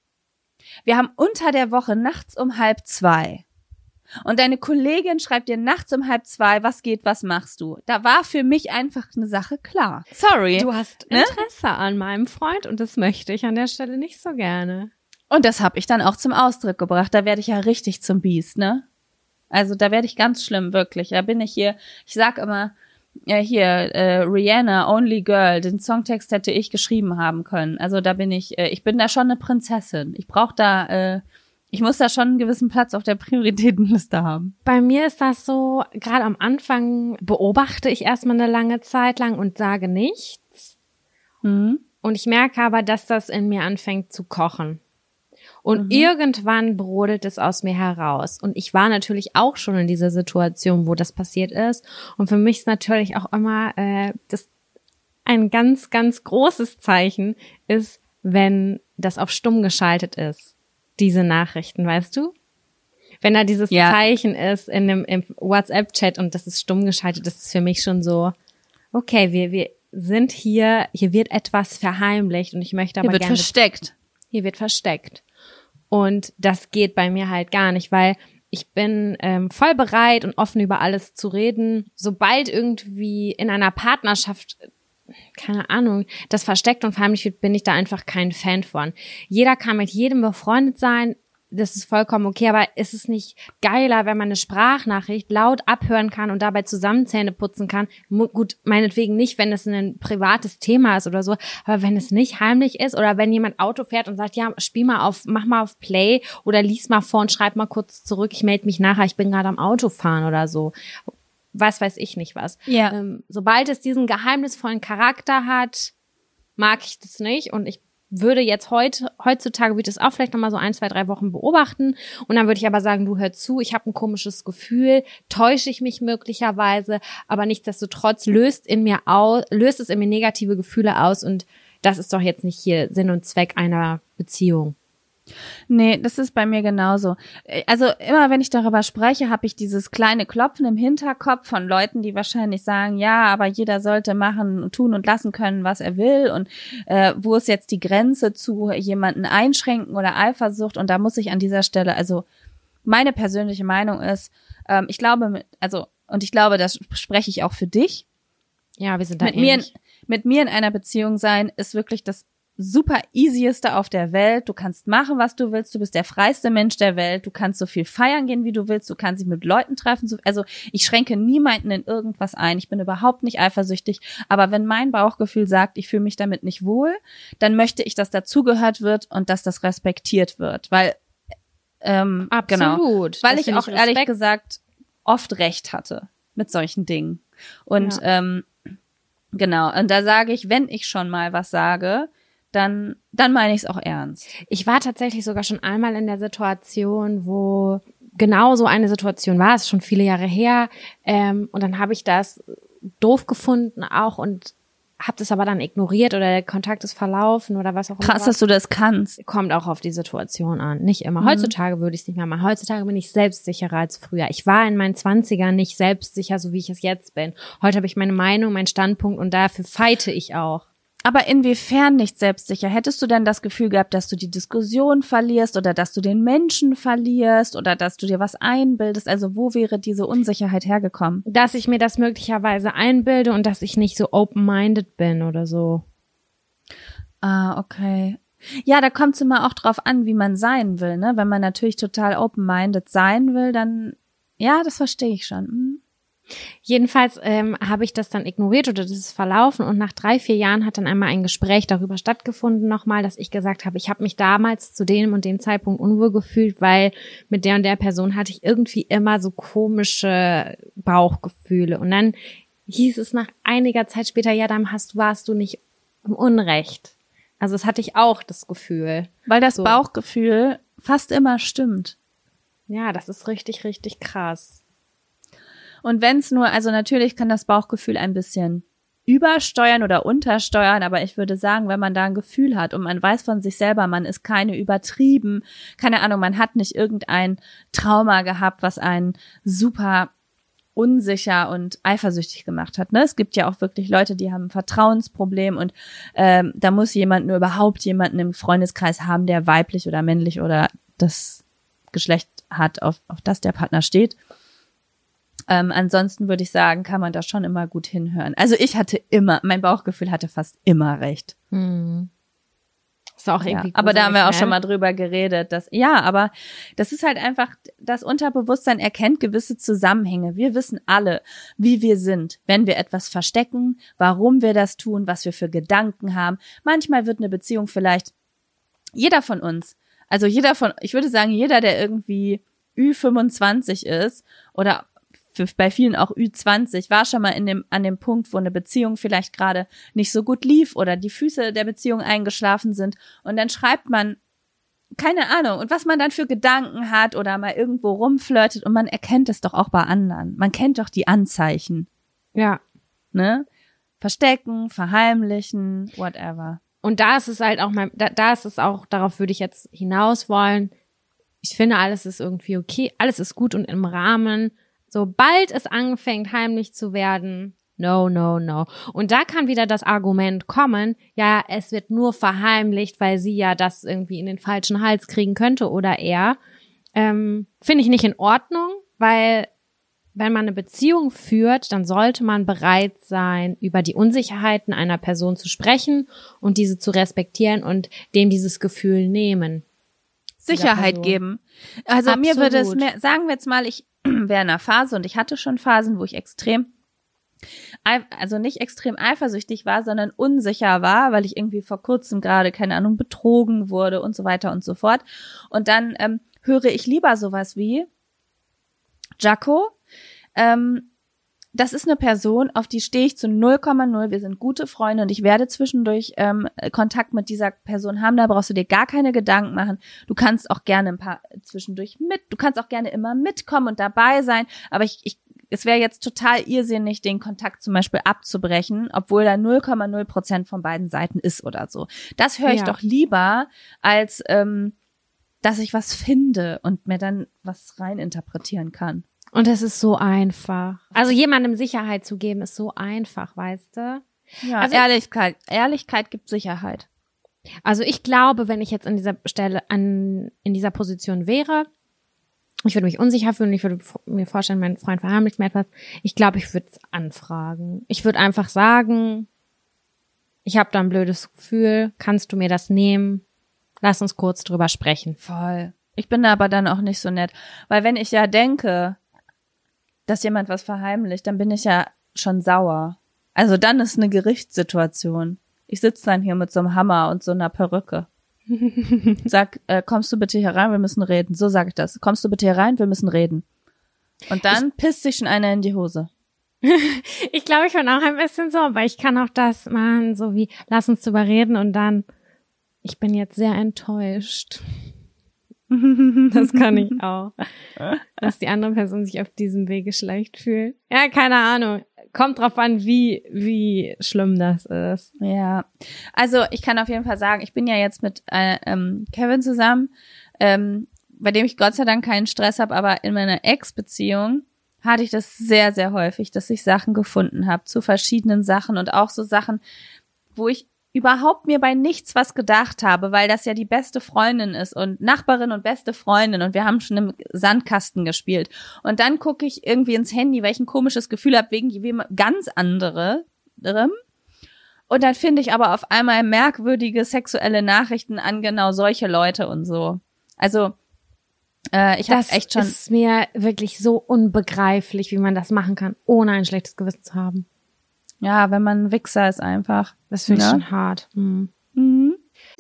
wir haben unter der Woche nachts um halb zwei. Und deine Kollegin schreibt dir nachts um halb zwei, was geht, was machst du? Da war für mich einfach eine Sache klar. Sorry. Du hast Interesse ne? an meinem Freund und das möchte ich an der Stelle nicht so gerne. Und das habe ich dann auch zum Ausdruck gebracht. Da werde ich ja richtig zum Biest, ne? Also da werde ich ganz schlimm, wirklich. Da bin ich hier, ich sag immer, ja hier, äh, Rihanna, Only Girl, den Songtext hätte ich geschrieben haben können. Also da bin ich, äh, ich bin da schon eine Prinzessin. Ich brauche da, äh, ich muss da schon einen gewissen Platz auf der Prioritätenliste haben. Bei mir ist das so, gerade am Anfang beobachte ich erstmal eine lange Zeit lang und sage nichts. Mhm. Und ich merke aber, dass das in mir anfängt zu kochen. Und mhm. irgendwann brodelt es aus mir heraus. Und ich war natürlich auch schon in dieser Situation, wo das passiert ist. Und für mich ist natürlich auch immer äh, das ein ganz, ganz großes Zeichen ist, wenn das auf stumm geschaltet ist. Diese Nachrichten, weißt du? Wenn da dieses ja. Zeichen ist in dem im WhatsApp-Chat und das ist stumm geschaltet, das ist für mich schon so, okay, wir wir sind hier, hier wird etwas verheimlicht und ich möchte aber gerne... Hier wird gerne, versteckt. Hier wird versteckt. Und das geht bei mir halt gar nicht, weil ich bin ähm, voll bereit und offen über alles zu reden. Sobald irgendwie in einer Partnerschaft... keine Ahnung, das versteckt und verheimlicht wird, bin ich da einfach kein Fan von. Jeder kann mit jedem befreundet sein, das ist vollkommen okay, aber ist es nicht geiler, wenn man eine Sprachnachricht laut abhören kann und dabei zusammen Zähne putzen kann? Gut, meinetwegen nicht, wenn es ein privates Thema ist oder so, aber wenn es nicht heimlich ist oder wenn jemand Auto fährt und sagt, ja, spiel mal auf, mach mal auf Play oder lies mal vor und schreib mal kurz zurück, ich melde mich nachher, ich bin gerade am Autofahren oder so. Was weiß ich nicht was. Ja. Ähm, sobald es diesen geheimnisvollen Charakter hat, mag ich das nicht. Und ich würde jetzt heute, heutzutage würde ich das auch vielleicht nochmal so ein, zwei, drei Wochen beobachten. Und dann würde ich aber sagen, du hör zu, ich habe ein komisches Gefühl, täusche ich mich möglicherweise, aber nichtsdestotrotz löst in mir aus, löst es in mir negative Gefühle aus. Und das ist doch jetzt nicht hier Sinn und Zweck einer Beziehung. Nee, das ist bei mir genauso. Also immer wenn ich darüber spreche, habe ich dieses kleine Klopfen im Hinterkopf von Leuten, die wahrscheinlich sagen, ja, aber jeder sollte machen, tun und lassen können, was er will. Und äh, wo ist jetzt die Grenze zu jemanden einschränken oder Eifersucht? Und da muss ich an dieser Stelle, also meine persönliche Meinung ist, ähm, ich glaube, also und ich glaube, das spreche ich auch für dich. Ja, wir sind da mit mir, in, ähnlich. mit mir in einer Beziehung sein ist wirklich das super easieste auf der Welt. Du kannst machen, was du willst. Du bist der freiste Mensch der Welt. Du kannst so viel feiern gehen, wie du willst. Du kannst dich mit Leuten treffen. Also ich schränke niemanden in irgendwas ein. Ich bin überhaupt nicht eifersüchtig. Aber wenn mein Bauchgefühl sagt, ich fühle mich damit nicht wohl, dann möchte ich, dass dazugehört wird und dass das respektiert wird. Weil, ähm, Absolut. Genau, weil das ich auch ich ehrlich gesagt oft recht hatte mit solchen Dingen. Und ja. ähm, genau, und da sage ich, wenn ich schon mal was sage, dann dann meine ich es auch ernst. Ich war tatsächlich sogar schon einmal in der Situation, wo genau so eine Situation war, es ist schon viele Jahre her, ähm, und dann habe ich das doof gefunden auch und habe das aber dann ignoriert oder der Kontakt ist verlaufen oder was auch immer. Krass, dass du das kannst. Kommt auch auf die Situation an, nicht immer. Mhm. Heutzutage würde ich es nicht mehr machen. Heutzutage bin ich selbstsicherer als früher. Ich war in meinen Zwanzigern nicht selbstsicher, so wie ich es jetzt bin. Heute habe ich meine Meinung, meinen Standpunkt und dafür fighte ich auch. Aber inwiefern nicht selbstsicher? Hättest du denn das Gefühl gehabt, dass du die Diskussion verlierst oder dass du den Menschen verlierst oder dass du dir was einbildest? Also wo wäre diese Unsicherheit hergekommen? Dass ich mir das möglicherweise einbilde und dass ich nicht so open-minded bin oder so. Ah, okay. Ja, da kommt es immer auch drauf an, wie man sein will, ne? Wenn man natürlich total open-minded sein will, dann, ja, das verstehe ich schon. Hm. Jedenfalls ähm, habe ich das dann ignoriert oder das ist verlaufen und nach drei, vier Jahren hat dann einmal ein Gespräch darüber stattgefunden nochmal, dass ich gesagt habe, ich habe mich damals zu dem und dem Zeitpunkt unwohl gefühlt, weil mit der und der Person hatte ich irgendwie immer so komische Bauchgefühle und dann hieß es nach einiger Zeit später, ja, dann hast, warst du nicht im Unrecht. Also das hatte ich auch das Gefühl. Weil das so. Bauchgefühl fast immer stimmt. Ja, das ist richtig, richtig krass. Und wenn es nur, also natürlich kann das Bauchgefühl ein bisschen übersteuern oder untersteuern, aber ich würde sagen, wenn man da ein Gefühl hat und man weiß von sich selber, man ist keine übertrieben, keine Ahnung, man hat nicht irgendein Trauma gehabt, was einen super unsicher und eifersüchtig gemacht hat. Ne? Es gibt ja auch wirklich Leute, die haben ein Vertrauensproblem und ähm, da muss jemand nur überhaupt jemanden im Freundeskreis haben, der weiblich oder männlich oder das Geschlecht hat, auf, auf das der Partner steht. Ähm, ansonsten würde ich sagen, kann man da schon immer gut hinhören. Also ich hatte immer, mein Bauchgefühl hatte fast immer recht. Hm. Ist auch irgendwie ja, aber da haben wir auch ne? schon mal drüber geredet, dass, ja, aber das ist halt einfach, das Unterbewusstsein erkennt gewisse Zusammenhänge. Wir wissen alle, wie wir sind, wenn wir etwas verstecken, warum wir das tun, was wir für Gedanken haben. Manchmal wird eine Beziehung vielleicht, jeder von uns, also jeder von, ich würde sagen, jeder, der irgendwie Ü fünfundzwanzig ist oder für, bei vielen auch Ü zwanzig, war schon mal in dem, an dem Punkt, wo eine Beziehung vielleicht gerade nicht so gut lief oder die Füße der Beziehung eingeschlafen sind und dann schreibt man, keine Ahnung, und was man dann für Gedanken hat oder mal irgendwo rumflirtet und man erkennt es doch auch bei anderen. Man kennt doch die Anzeichen. Ja. Ne? Verstecken, verheimlichen, whatever. Und da ist es halt auch mal, da, da ist es auch, darauf würde ich jetzt hinaus wollen. Ich finde, alles ist irgendwie okay, alles ist gut und im Rahmen. Sobald es anfängt, heimlich zu werden, no, no, no. Und da kann wieder das Argument kommen, ja, es wird nur verheimlicht, weil sie ja das irgendwie in den falschen Hals kriegen könnte oder er. Ähm, finde ich nicht in Ordnung, weil wenn man eine Beziehung führt, dann sollte man bereit sein, über die Unsicherheiten einer Person zu sprechen und diese zu respektieren und dem dieses Gefühl nehmen. Sicherheit geben. Also Absolut. Mir würde es mehr, sagen wir jetzt mal, ich wäre in einer Phase und ich hatte schon Phasen, wo ich extrem, also nicht extrem eifersüchtig war, sondern unsicher war, weil ich irgendwie vor kurzem gerade, keine Ahnung, betrogen wurde und so weiter und so fort. Und dann ähm, höre ich lieber sowas wie, Jaco, ähm, das ist eine Person, auf die stehe ich zu null Komma null. Wir sind gute Freunde und ich werde zwischendurch ähm, Kontakt mit dieser Person haben. Da brauchst du dir gar keine Gedanken machen. Du kannst auch gerne ein paar zwischendurch mit, du kannst auch gerne immer mitkommen und dabei sein. Aber ich, ich es wäre jetzt total irrsinnig, den Kontakt zum Beispiel abzubrechen, obwohl da null Komma null Prozent von beiden Seiten ist oder so. Das höre ich Ja. doch lieber, als ähm, dass ich was finde und mir dann was reininterpretieren kann. Und es ist so einfach. Also jemandem Sicherheit zu geben, ist so einfach, weißt du? Ja, Also- Ehrlichkeit. Ehrlichkeit gibt Sicherheit. Also ich glaube, wenn ich jetzt an dieser Stelle, an in dieser Position wäre, ich würde mich unsicher fühlen, ich würde mir vorstellen, mein Freund verheimlicht mir etwas. Ich glaube, ich würde es anfragen. Ich würde einfach sagen, ich habe da ein blödes Gefühl, kannst du mir das nehmen? Lass uns kurz drüber sprechen. Voll. Ich bin da aber dann auch nicht so nett. Weil wenn ich ja denke, dass jemand was verheimlicht, dann bin ich ja schon sauer. Also dann ist eine Gerichtssituation. Ich sitze dann hier mit so einem Hammer und so einer Perücke. Sag, äh, kommst du bitte hier rein, wir müssen reden. So sage ich das. Kommst du bitte hier rein, wir müssen reden. Und dann ich, pisst sich schon einer in die Hose. Ich glaube, ich bin auch ein bisschen so, aber ich kann auch das machen, so wie, lass uns drüber reden und dann, ich bin jetzt sehr enttäuscht. Das kann ich auch. Dass die andere Person sich auf diesem Wege schlecht fühlt. Ja, keine Ahnung. Kommt drauf an, wie, wie schlimm das ist. Ja, also ich kann auf jeden Fall sagen, ich bin ja jetzt mit äh, ähm, Kevin zusammen, ähm, bei dem ich Gott sei Dank keinen Stress habe, aber in meiner Ex-Beziehung hatte ich das sehr, sehr häufig, dass ich Sachen gefunden habe zu verschiedenen Sachen und auch so Sachen, wo ich überhaupt mir bei nichts was gedacht habe, weil das ja die beste Freundin ist und Nachbarin und beste Freundin und wir haben schon im Sandkasten gespielt. Und dann gucke ich irgendwie ins Handy, weil ich ein komisches Gefühl habe wegen jemand ganz anderem. Und dann finde ich aber auf einmal merkwürdige sexuelle Nachrichten an genau solche Leute und so. Also Äh, ich habe echt schon. Das ist mir wirklich so unbegreiflich, wie man das machen kann, ohne ein schlechtes Gewissen zu haben. Ja, wenn man ein Wichser ist einfach. Das finde ich ne? schon hart. Mhm. Mhm.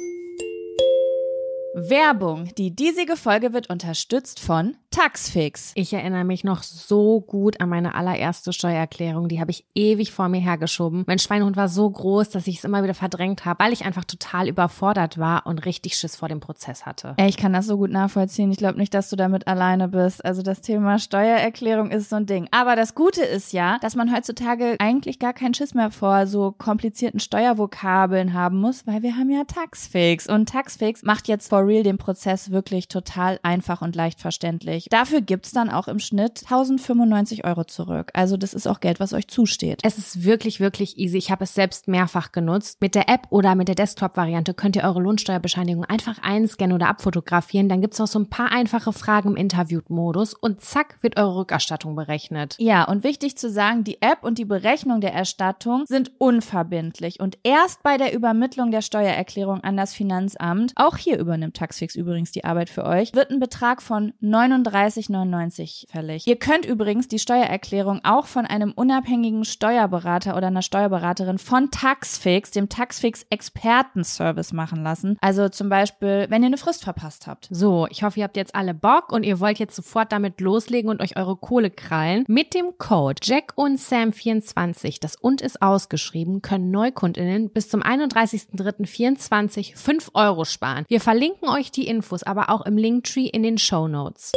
Werbung. Die diesige Folge wird unterstützt von Taxfix. Ich erinnere mich noch so gut an meine allererste Steuererklärung. Die habe ich ewig vor mir hergeschoben. Mein Schweinehund war so groß, dass ich es immer wieder verdrängt habe, weil ich einfach total überfordert war und richtig Schiss vor dem Prozess hatte. Ey, ich kann das so gut nachvollziehen. Ich glaube nicht, dass du damit alleine bist. Also das Thema Steuererklärung ist so ein Ding. Aber das Gute ist ja, dass man heutzutage eigentlich gar keinen Schiss mehr vor so komplizierten Steuervokabeln haben muss, weil wir haben ja Taxfix. Und Taxfix macht jetzt for real den Prozess wirklich total einfach und leicht verständlich. Dafür gibt's dann auch im Schnitt tausendfünfundneunzig Euro zurück. Also das ist auch Geld, was euch zusteht. Es ist wirklich, wirklich easy. Ich habe es selbst mehrfach genutzt. Mit der App oder mit der Desktop-Variante könnt ihr eure Lohnsteuerbescheinigung einfach einscannen oder abfotografieren. Dann gibt's auch so ein paar einfache Fragen im Interview-Modus und zack, wird eure Rückerstattung berechnet. Ja, und wichtig zu sagen, die App und die Berechnung der Erstattung sind unverbindlich und erst bei der Übermittlung der Steuererklärung an das Finanzamt, auch hier übernimmt Taxfix übrigens die Arbeit für euch, wird ein Betrag von neununddreißig neunundneunzig fällig. Ihr könnt übrigens die Steuererklärung auch von einem unabhängigen Steuerberater oder einer Steuerberaterin von Taxfix, dem Taxfix Expertenservice machen lassen. Also zum Beispiel, wenn ihr eine Frist verpasst habt. So, ich hoffe, ihr habt jetzt alle Bock und ihr wollt jetzt sofort damit loslegen und euch eure Kohle krallen. Mit dem Code Jack und Sam vierundzwanzig, das und ist ausgeschrieben, können NeukundInnen bis zum einunddreißigsten dritten vierundzwanzig fünf Euro sparen. Wir verlinken euch die Infos aber auch im Linktree in den Shownotes.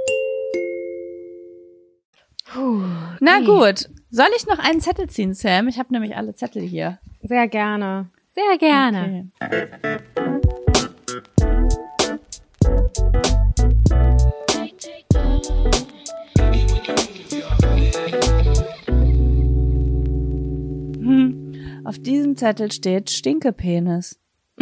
Puh, Na gut, soll ich noch einen Zettel ziehen, Sam? Ich habe nämlich alle Zettel hier. Sehr gerne. Sehr gerne. Okay. Hm. Auf diesem Zettel steht Stinkepenis.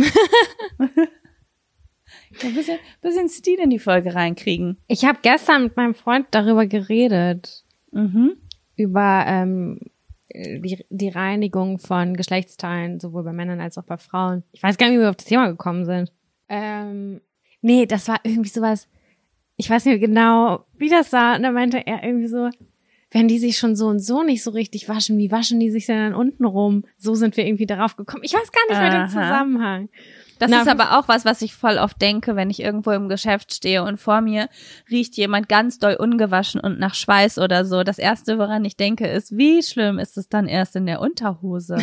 Ein bisschen, bisschen Stil in die Folge reinkriegen. Ich habe gestern mit meinem Freund darüber geredet. Mhm. Über ähm, die, die Reinigung von Geschlechtsteilen, sowohl bei Männern als auch bei Frauen. Ich weiß gar nicht, wie wir auf das Thema gekommen sind. Ähm, nee, das war irgendwie sowas, ich weiß nicht genau, wie das war. Und da meinte er irgendwie so, wenn die sich schon so und so nicht so richtig waschen, wie waschen die sich denn dann unten rum? So sind wir irgendwie darauf gekommen. Ich weiß gar nicht mehr den Zusammenhang. Das Na, ist aber auch was, was ich voll oft denke, wenn ich irgendwo im Geschäft stehe und vor mir riecht jemand ganz doll ungewaschen und nach Schweiß oder so. Das Erste, woran ich denke, ist, wie schlimm ist es dann erst in der Unterhose?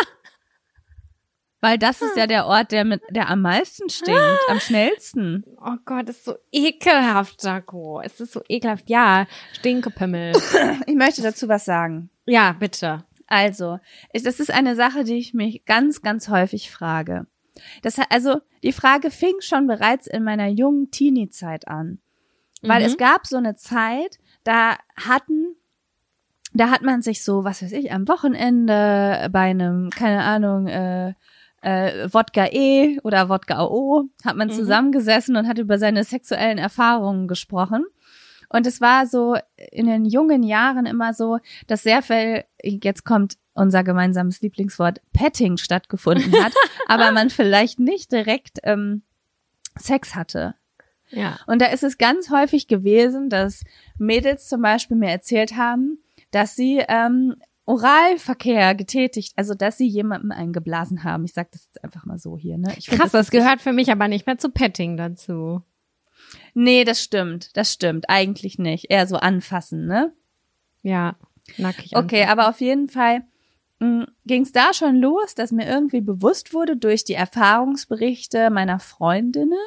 Weil das ist ja der Ort, der mit, der am meisten stinkt, am schnellsten. Oh Gott, ist so ekelhaft, Jaco. Es ist so ekelhaft. Ja, Stinkepimmel. Ich möchte dazu was sagen. Ja, bitte. Also, ich, das ist eine Sache, die ich mich ganz, ganz häufig frage. Das, also, die Frage fing schon bereits in meiner jungen Teenie-Zeit an. Weil Mhm. es gab so eine Zeit, da hatten, da hat man sich so, was weiß ich, am Wochenende bei einem, keine Ahnung, äh, äh, Wodka E oder Wodka O, hat man Mhm. zusammengesessen und hat über seine sexuellen Erfahrungen gesprochen. Und es war so in den jungen Jahren immer so, dass sehr viel, jetzt kommt unser gemeinsames Lieblingswort, Petting stattgefunden hat, aber man vielleicht nicht direkt ähm, Sex hatte. Ja. Und da ist es ganz häufig gewesen, dass Mädels zum Beispiel mir erzählt haben, dass sie ähm, Oralverkehr getätigt, also dass sie jemandem eingeblasen haben. Ich sage das jetzt einfach mal so hier. Ne? Ich find, Krass, das ist- gehört für mich aber nicht mehr zu Petting dazu. Nee, das stimmt, das stimmt. Eigentlich nicht. Eher so anfassen, ne? Ja, nackig. Okay, aber auf jeden Fall ging es da schon los, dass mir irgendwie bewusst wurde durch die Erfahrungsberichte meiner Freundinnen,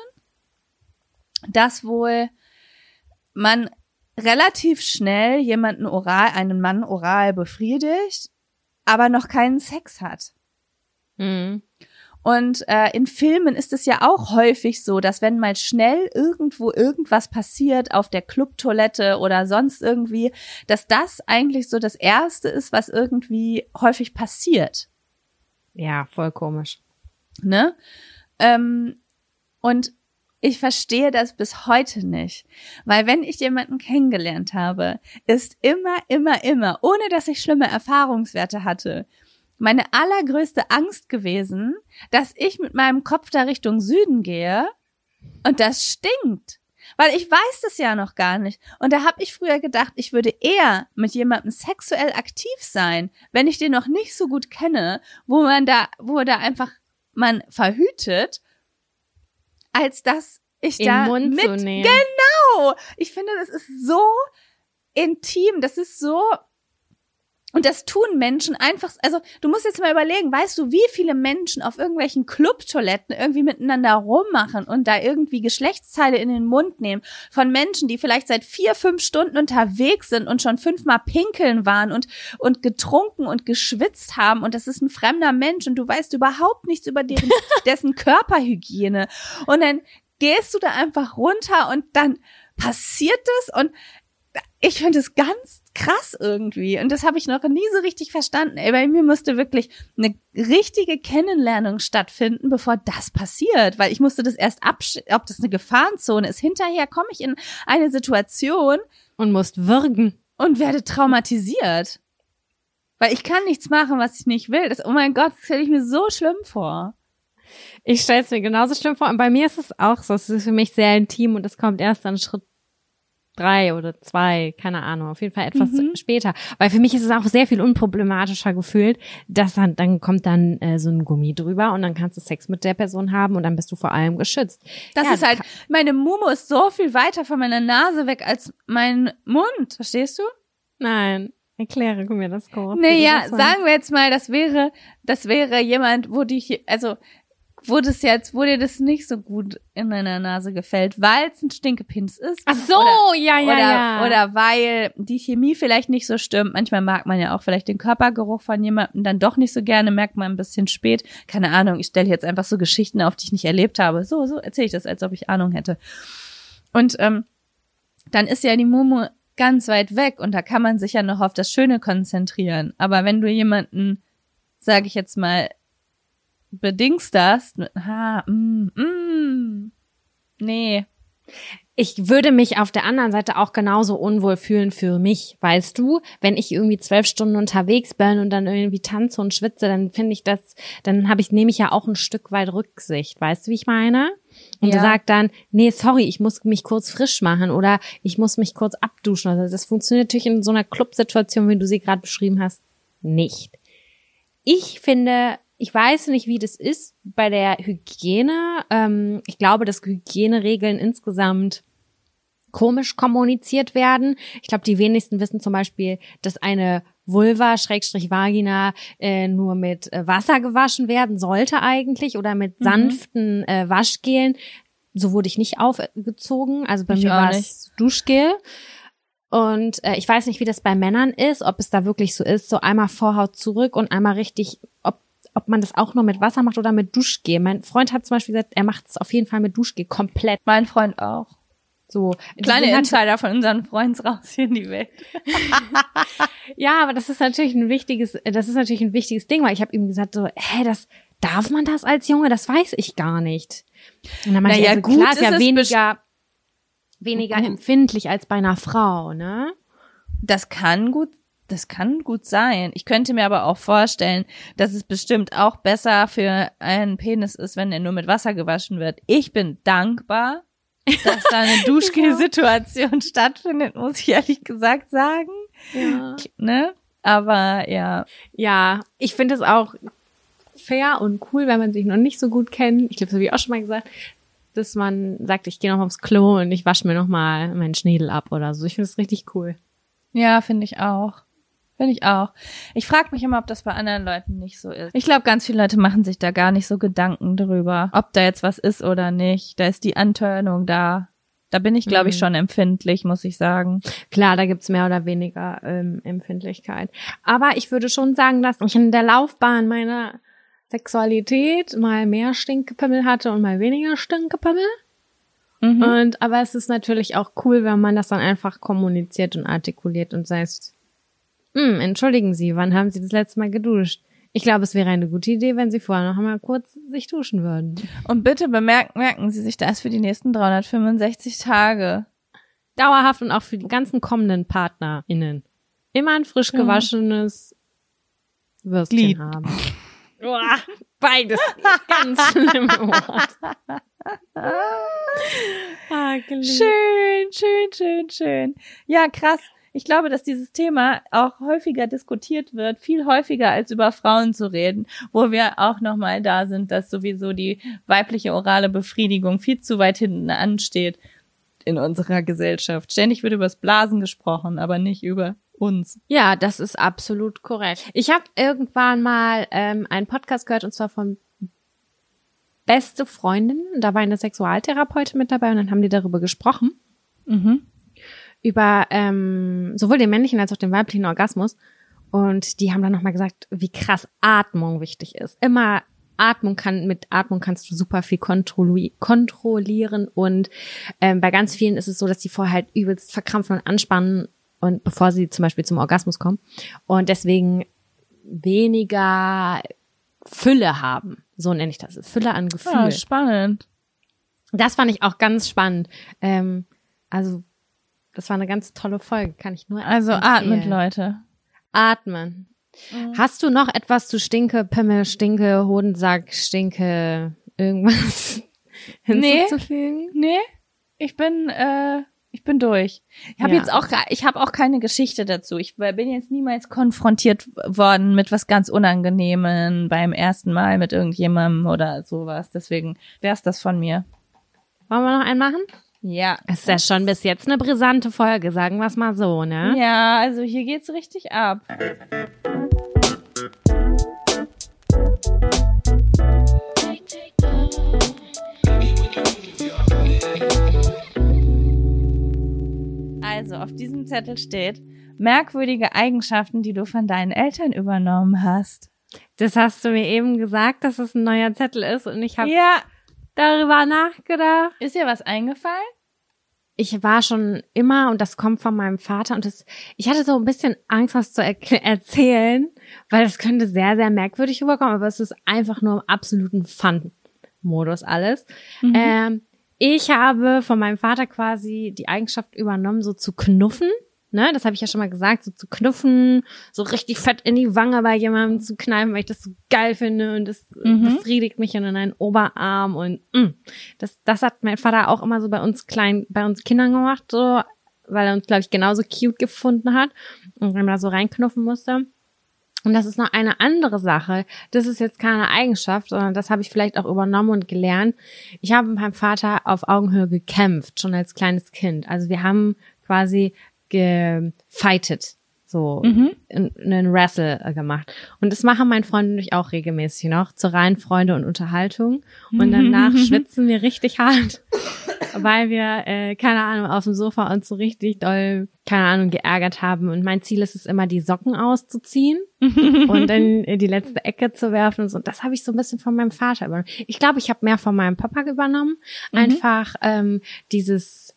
dass wohl man relativ schnell jemanden oral, einen Mann oral befriedigt, aber noch keinen Sex hat. Mhm. Und äh, in Filmen ist es ja auch häufig so, dass wenn mal schnell irgendwo irgendwas passiert auf der Clubtoilette oder sonst irgendwie, dass das eigentlich so das Erste ist, was irgendwie häufig passiert. Ja, voll komisch. Ne? Ähm, und ich verstehe das bis heute nicht, weil wenn ich jemanden kennengelernt habe, ist immer, immer, immer, ohne dass ich schlimme Erfahrungswerte hatte, meine allergrößte Angst gewesen, dass ich mit meinem Kopf da Richtung Süden gehe und das stinkt. Weil ich weiß das ja noch gar nicht. Und da habe ich früher gedacht, ich würde eher mit jemandem sexuell aktiv sein, wenn ich den noch nicht so gut kenne, wo man da, wo da einfach man verhütet, als dass ich Den da Mund mit, zu nehmen. genau. Ich finde, das ist so intim, das ist so, und das tun Menschen einfach, also du musst jetzt mal überlegen, weißt du, wie viele Menschen auf irgendwelchen Clubtoiletten irgendwie miteinander rummachen und da irgendwie Geschlechtsteile in den Mund nehmen von Menschen, die vielleicht seit vier, fünf Stunden unterwegs sind und schon fünfmal pinkeln waren und und getrunken und geschwitzt haben und das ist ein fremder Mensch und du weißt überhaupt nichts über deren, dessen Körperhygiene und dann gehst du da einfach runter und dann passiert das und ich finde es ganz krass irgendwie. Und das habe ich noch nie so richtig verstanden. Ey, bei mir musste wirklich eine richtige Kennenlernung stattfinden, bevor das passiert. Weil ich musste das erst abschätzen, ob das eine Gefahrenzone ist. Hinterher komme ich in eine Situation Und musst würgen. und werde traumatisiert. Weil ich kann nichts machen, was ich nicht will. Das, oh mein Gott, das stelle ich mir so schlimm vor. Ich stelle es mir genauso schlimm vor. Und bei mir ist es auch so. Es ist für mich sehr intim und es kommt erst an Schritt drei oder zwei, keine Ahnung, auf jeden Fall etwas mhm. später. Weil für mich ist es auch sehr viel unproblematischer gefühlt, dass dann, dann kommt dann äh, so ein Gummi drüber und dann kannst du Sex mit der Person haben und dann bist du vor allem geschützt. Das ja, ist halt, meine Mumu ist so viel weiter von meiner Nase weg als mein Mund, verstehst du? Nein, erkläre mir das kurz. Naja, sagen wir jetzt mal, das wäre, das wäre jemand, wo die, also wo das jetzt, wo dir das nicht so gut in deiner Nase gefällt, weil es ein Stinkepins ist. Ach so, oder, ja, ja, oder, ja. Oder weil die Chemie vielleicht nicht so stimmt. Manchmal mag man ja auch vielleicht den Körpergeruch von jemandem dann doch nicht so gerne, merkt man ein bisschen spät. Keine Ahnung, ich stelle jetzt einfach so Geschichten auf, die ich nicht erlebt habe. So, so erzähle ich das, als ob ich Ahnung hätte. Und ähm, dann ist ja die Mumu ganz weit weg und da kann man sich ja noch auf das Schöne konzentrieren. Aber wenn du jemanden, sage ich jetzt mal, bedingst das, ha, mm, mm, nee. Ich würde mich auf der anderen Seite auch genauso unwohl fühlen für mich, weißt du? Wenn ich irgendwie zwölf Stunden unterwegs bin und dann irgendwie tanze und schwitze, dann finde ich das, dann habe ich, nehme ich ja auch ein Stück weit Rücksicht, weißt du, wie ich meine? Und ja. sagt dann, nee, sorry, ich muss mich kurz frisch machen oder ich muss mich kurz abduschen. Also das funktioniert natürlich in so einer Clubsituation, wie du sie gerade beschrieben hast, nicht. Ich finde, ich weiß nicht, wie das ist bei der Hygiene. Ähm, ich glaube, dass Hygieneregeln insgesamt komisch kommuniziert werden. Ich glaube, die wenigsten wissen zum Beispiel, dass eine Vulva, Schrägstrich Vagina, äh, nur mit äh, Wasser gewaschen werden sollte eigentlich oder mit Mhm. sanften äh, Waschgelen. So wurde ich nicht aufgezogen. Also bei Ich mir auch war es Duschgel. Und äh, ich weiß nicht, wie das bei Männern ist, ob es da wirklich so ist, so einmal Vorhaut zurück und einmal richtig, ob ob man das auch nur mit Wasser macht oder mit Duschgel. Mein Freund hat zum Beispiel gesagt, er macht es auf jeden Fall mit Duschgel komplett. Mein Freund auch. So Kleine Insider von unseren Freunden raus hier in die Welt. Ja, aber das ist natürlich ein wichtiges, das ist natürlich ein wichtiges Ding, weil ich habe ihm gesagt so, hä, das darf man das als Junge? Das weiß ich gar nicht. Und dann meinte Naja, er so, gut, klar, ist ja ist es weniger weniger Gut. empfindlich als bei einer Frau, ne? Das kann gut, das kann gut sein. Ich könnte mir aber auch vorstellen, dass es bestimmt auch besser für einen Penis ist, wenn er nur mit Wasser gewaschen wird. Ich bin dankbar, dass da eine Duschgel-Situation stattfindet, muss ich ehrlich gesagt sagen. Ja. Ne? Aber ja. Ja, ich finde es auch fair und cool, wenn man sich noch nicht so gut kennt. Ich glaube, das habe ich auch schon mal gesagt, dass man sagt, ich gehe noch aufs Klo und ich wasche mir noch mal meinen Schniedel ab oder so. Ich finde es richtig cool. Ja, finde ich auch. Finde ich auch. Ich frage mich immer, ob das bei anderen Leuten nicht so ist. Ich glaube, ganz viele Leute machen sich da gar nicht so Gedanken drüber, ob da jetzt was ist oder nicht. Da ist die Antörnung da. Da bin ich, glaube ich, schon empfindlich, muss ich sagen. Klar, da gibt's mehr oder weniger ähm, Empfindlichkeit. Aber ich würde schon sagen, dass ich in der Laufbahn meiner Sexualität mal mehr Stinkepimmel hatte und mal weniger Stinkepimmel. Mhm. Und aber es ist natürlich auch cool, wenn man das dann einfach kommuniziert und artikuliert und sagt, hm, entschuldigen Sie, wann haben Sie das letzte Mal geduscht? Ich glaube, es wäre eine gute Idee, wenn Sie vorher noch einmal kurz sich duschen würden. Und bitte bemerken, merken Sie sich das für die nächsten dreihundertfünfundsechzig Tage. Dauerhaft und auch für die ganzen kommenden PartnerInnen. Immer ein frisch gewaschenes Würstchen Glied. haben. Uah, beides. Ganz schlimme Wort. Ah, schön, schön, schön, schön. Ja, krass. Ich glaube, dass dieses Thema auch häufiger diskutiert wird, viel häufiger als über Frauen zu reden, wo wir auch nochmal da sind, dass sowieso die weibliche orale Befriedigung viel zu weit hinten ansteht in unserer Gesellschaft. Ständig wird über das Blasen gesprochen, aber nicht über uns. Ja, das ist absolut korrekt. Ich habe irgendwann mal ähm, einen Podcast gehört, und zwar von Beste Freundin. Da war eine Sexualtherapeutin mit dabei und dann haben die darüber gesprochen. Mhm. Über ähm, sowohl den männlichen als auch den weiblichen Orgasmus. Und die haben dann nochmal gesagt, wie krass Atmung wichtig ist. Immer Atmung kann, mit Atmung kannst du super viel kontrolli- kontrollieren. Und ähm, bei ganz vielen ist es so, dass die vorher halt übelst verkrampfen und anspannen, und bevor sie zum Beispiel zum Orgasmus kommen. Und deswegen weniger Fülle haben. So nenne ich das. Fülle an Gefühl. Ja, spannend. Das fand ich auch ganz spannend. Ähm, also, das war eine ganz tolle Folge, kann ich nur Also empfehlen. atmet, Leute. Atmen. Mhm. Hast du noch etwas zu Stinke, Pimmel, Stinke, Hodensack, Stinke, irgendwas hinzuzufügen? Nee, ich bin, äh, ich bin durch. Ich habe Ja. jetzt auch, ich habe auch keine Geschichte dazu. Ich bin jetzt niemals konfrontiert worden mit was ganz Unangenehmem beim ersten Mal mit irgendjemandem oder sowas. Deswegen wär's das von mir. Wollen wir noch einen machen? Ja. Es ist ja schon bis jetzt eine brisante Folge, sagen wir es mal so, ne? Ja, also hier geht's richtig ab. Also auf diesem Zettel steht, merkwürdige Eigenschaften, die du von deinen Eltern übernommen hast. Das hast du mir eben gesagt, dass es ein neuer Zettel ist, und ich habe Ja. darüber nachgedacht. Ist dir was eingefallen? Ich war schon immer, und das kommt von meinem Vater, und das, ich hatte so ein bisschen Angst, was zu er- erzählen, weil das könnte sehr, sehr merkwürdig rüberkommen, aber es ist einfach nur im absoluten Fun-Modus alles. Mhm. Ähm, ich habe von meinem Vater quasi die Eigenschaft übernommen, so zu knuffen. Ne, das habe ich ja schon mal gesagt, so zu knuffen, so richtig fett in die Wange bei jemandem zu kneifen, weil ich das so geil finde, und das Mhm. befriedigt mich in einen Oberarm, und mh, das das hat mein Vater auch immer so bei uns klein, bei uns Kindern gemacht, so, weil er uns, glaube ich, genauso cute gefunden hat und wenn man da so reinknuffen musste. Und das ist noch eine andere Sache. Das ist jetzt keine Eigenschaft, sondern das habe ich vielleicht auch übernommen und gelernt. Ich habe mit meinem Vater auf Augenhöhe gekämpft, schon als kleines Kind. Also wir haben quasi gefightet, so Mhm. einen Wrestle gemacht. Und das machen meine Freunde natürlich auch regelmäßig noch, zur reinen Freude und Unterhaltung. Und danach schwitzen wir richtig hart, weil wir, äh, keine Ahnung, auf dem Sofa uns so richtig doll, keine Ahnung, geärgert haben. Und mein Ziel ist es immer, die Socken auszuziehen und dann in die letzte Ecke zu werfen und so. Und das habe ich so ein bisschen von meinem Vater übernommen. Ich glaube, ich habe mehr von meinem Papa übernommen. Mhm. Einfach ähm, dieses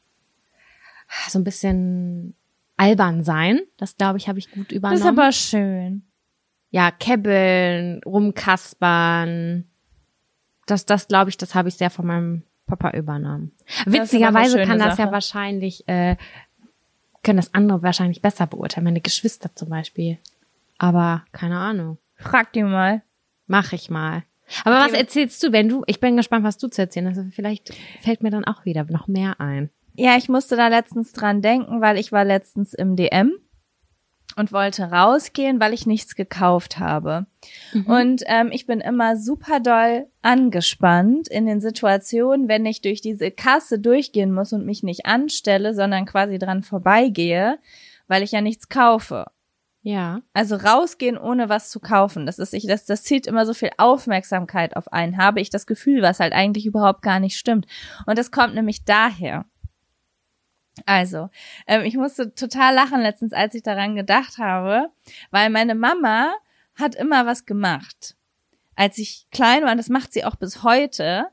so ein bisschen albern sein. Das, glaube ich, habe ich gut übernommen. Das ist aber schön. Ja, kebbeln, rumkaspern. Das, das glaube ich, das habe ich sehr von meinem Papa übernommen. Witzigerweise eine kann das Sache. ja wahrscheinlich, äh, können das andere wahrscheinlich besser beurteilen. Meine Geschwister zum Beispiel. Aber keine Ahnung. Frag die mal. Mach ich mal. Aber Okay. was erzählst du, wenn du, ich bin gespannt, was du zu erzählen hast. Also vielleicht fällt mir dann auch wieder noch mehr ein. Ja, ich musste da letztens dran denken, weil ich war letztens im D M und wollte rausgehen, weil ich nichts gekauft habe. Mhm. Und ähm, ich bin immer super doll angespannt in den Situationen, wenn ich durch diese Kasse durchgehen muss und mich nicht anstelle, sondern quasi dran vorbeigehe, weil ich ja nichts kaufe. Ja. Also rausgehen, ohne was zu kaufen. Das ist, ich, das, das zieht immer so viel Aufmerksamkeit auf einen, habe ich das Gefühl, was halt eigentlich überhaupt gar nicht stimmt. Und das kommt nämlich daher. Also, ähm, ich musste total lachen letztens, als ich daran gedacht habe, weil meine Mama hat immer was gemacht. Als ich klein war, und das macht sie auch bis heute,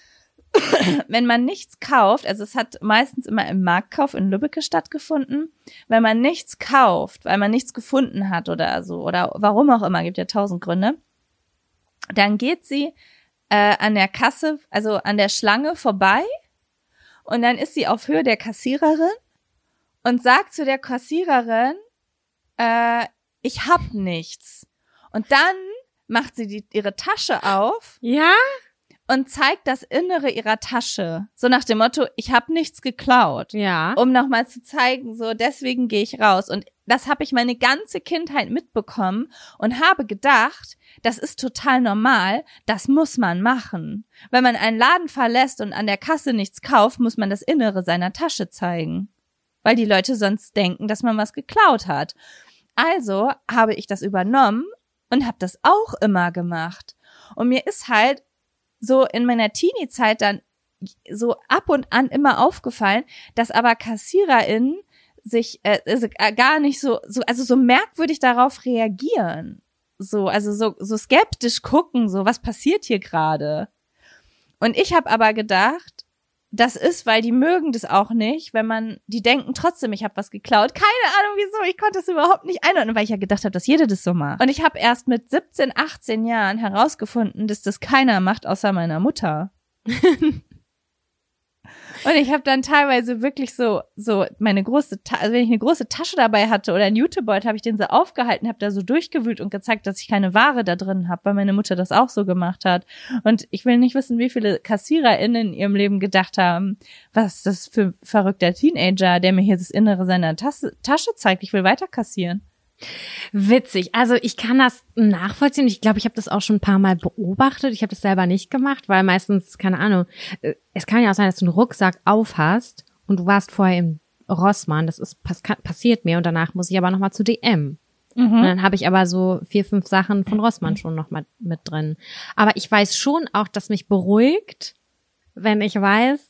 wenn man nichts kauft, also es hat meistens immer im Marktkauf in Lübbecke stattgefunden, wenn man nichts kauft, weil man nichts gefunden hat oder so, oder warum auch immer, gibt ja tausend Gründe, dann geht sie äh, an der Kasse, also an der Schlange vorbei, und dann ist sie auf Höhe der Kassiererin und sagt zu der Kassiererin, äh, ich hab nichts. Und dann macht sie die, ihre Tasche auf Ja? und zeigt das Innere ihrer Tasche. So nach dem Motto, ich habe nichts geklaut. Ja. Um nochmal zu zeigen, so deswegen gehe ich raus. Und das habe ich meine ganze Kindheit mitbekommen und habe gedacht, das ist total normal, das muss man machen. Wenn man einen Laden verlässt und an der Kasse nichts kauft, muss man das Innere seiner Tasche zeigen. Weil die Leute sonst denken, dass man was geklaut hat. Also habe ich das übernommen und habe das auch immer gemacht. Und mir ist halt so in meiner Teenie-Zeit dann so ab und an immer aufgefallen, dass aber KassiererInnen sich äh, also gar nicht so, so, also so merkwürdig darauf reagieren. So, also so, so skeptisch gucken, so, was passiert hier gerade? Und ich habe aber gedacht, das ist, weil die mögen das auch nicht, wenn man, die denken trotzdem, ich habe was geklaut. Keine Ahnung wieso, ich konnte das überhaupt nicht einordnen, weil ich ja gedacht habe, dass jeder das so macht. Und ich habe erst mit siebzehn, achtzehn Jahren herausgefunden, dass das keiner macht, außer meiner Mutter. Und ich habe dann teilweise wirklich so so meine große, Ta- also wenn ich eine große Tasche dabei hatte oder einen Jutebeutel, habe ich den so aufgehalten, habe da so durchgewühlt und gezeigt, dass ich keine Ware da drin habe, weil meine Mutter das auch so gemacht hat. Und ich will nicht wissen, wie viele KassiererInnen in ihrem Leben gedacht haben, was ist das für ein verrückter Teenager, der mir hier das Innere seiner Tasse, Tasche zeigt, ich will weiter kassieren. Witzig. Also ich kann das nachvollziehen. Ich glaube, ich habe das auch schon ein paar Mal beobachtet. Ich habe das selber nicht gemacht, weil meistens, keine Ahnung, es kann ja auch sein, dass du einen Rucksack aufhast und du warst vorher im Rossmann. Das ist passiert mir und danach muss ich aber nochmal zu D M. Mhm. Und dann habe ich aber so vier, fünf Sachen von Rossmann schon noch mal mit drin. Aber ich weiß schon auch, dass mich beruhigt, wenn ich weiß,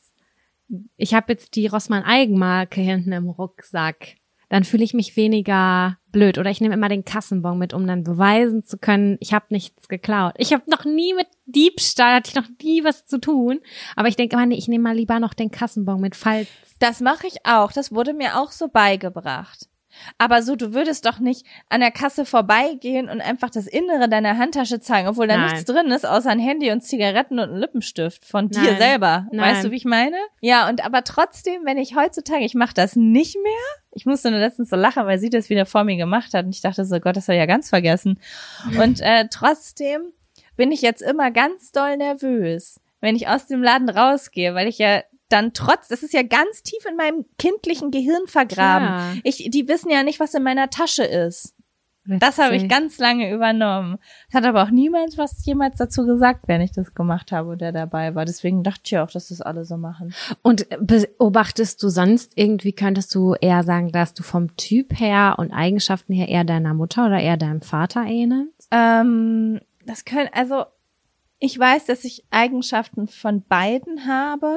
ich habe jetzt die Rossmann Eigenmarke hinten im Rucksack. Dann fühle ich mich weniger blöd. Oder ich nehme immer den Kassenbon mit, um dann beweisen zu können, ich habe nichts geklaut. Ich habe noch nie mit Diebstahl, hatte ich noch nie was zu tun. Aber ich denke immer, nee, ich nehme mal lieber noch den Kassenbon mit, falls... Das mache ich auch. Das wurde mir auch so beigebracht. Aber so, du würdest doch nicht an der Kasse vorbeigehen und einfach das Innere deiner Handtasche zeigen, obwohl da Nein. nichts drin ist, außer ein Handy und Zigaretten und ein Lippenstift von dir Nein. selber. Nein. Weißt du, wie ich meine? Ja, und aber trotzdem, wenn ich heutzutage, ich mache das nicht mehr. Ich musste nur letztens so lachen, weil sie das wieder vor mir gemacht hat und ich dachte so, Gott, das habe ich ja ganz vergessen. Und äh, trotzdem bin ich jetzt immer ganz doll nervös, wenn ich aus dem Laden rausgehe, weil ich ja dann trotz, das ist ja ganz tief in meinem kindlichen Gehirn vergraben. Klar. Ich, die wissen ja nicht, was in meiner Tasche ist. Das habe ich ganz lange übernommen. Es hat aber auch niemand was jemals dazu gesagt, wenn ich das gemacht habe und der dabei war. Deswegen dachte ich ja auch, dass das alle so machen. Und beobachtest du sonst irgendwie, könntest du eher sagen, dass du vom Typ her und Eigenschaften her eher deiner Mutter oder eher deinem Vater ähnelst? Ähm, das können, also ich weiß, dass ich Eigenschaften von beiden habe.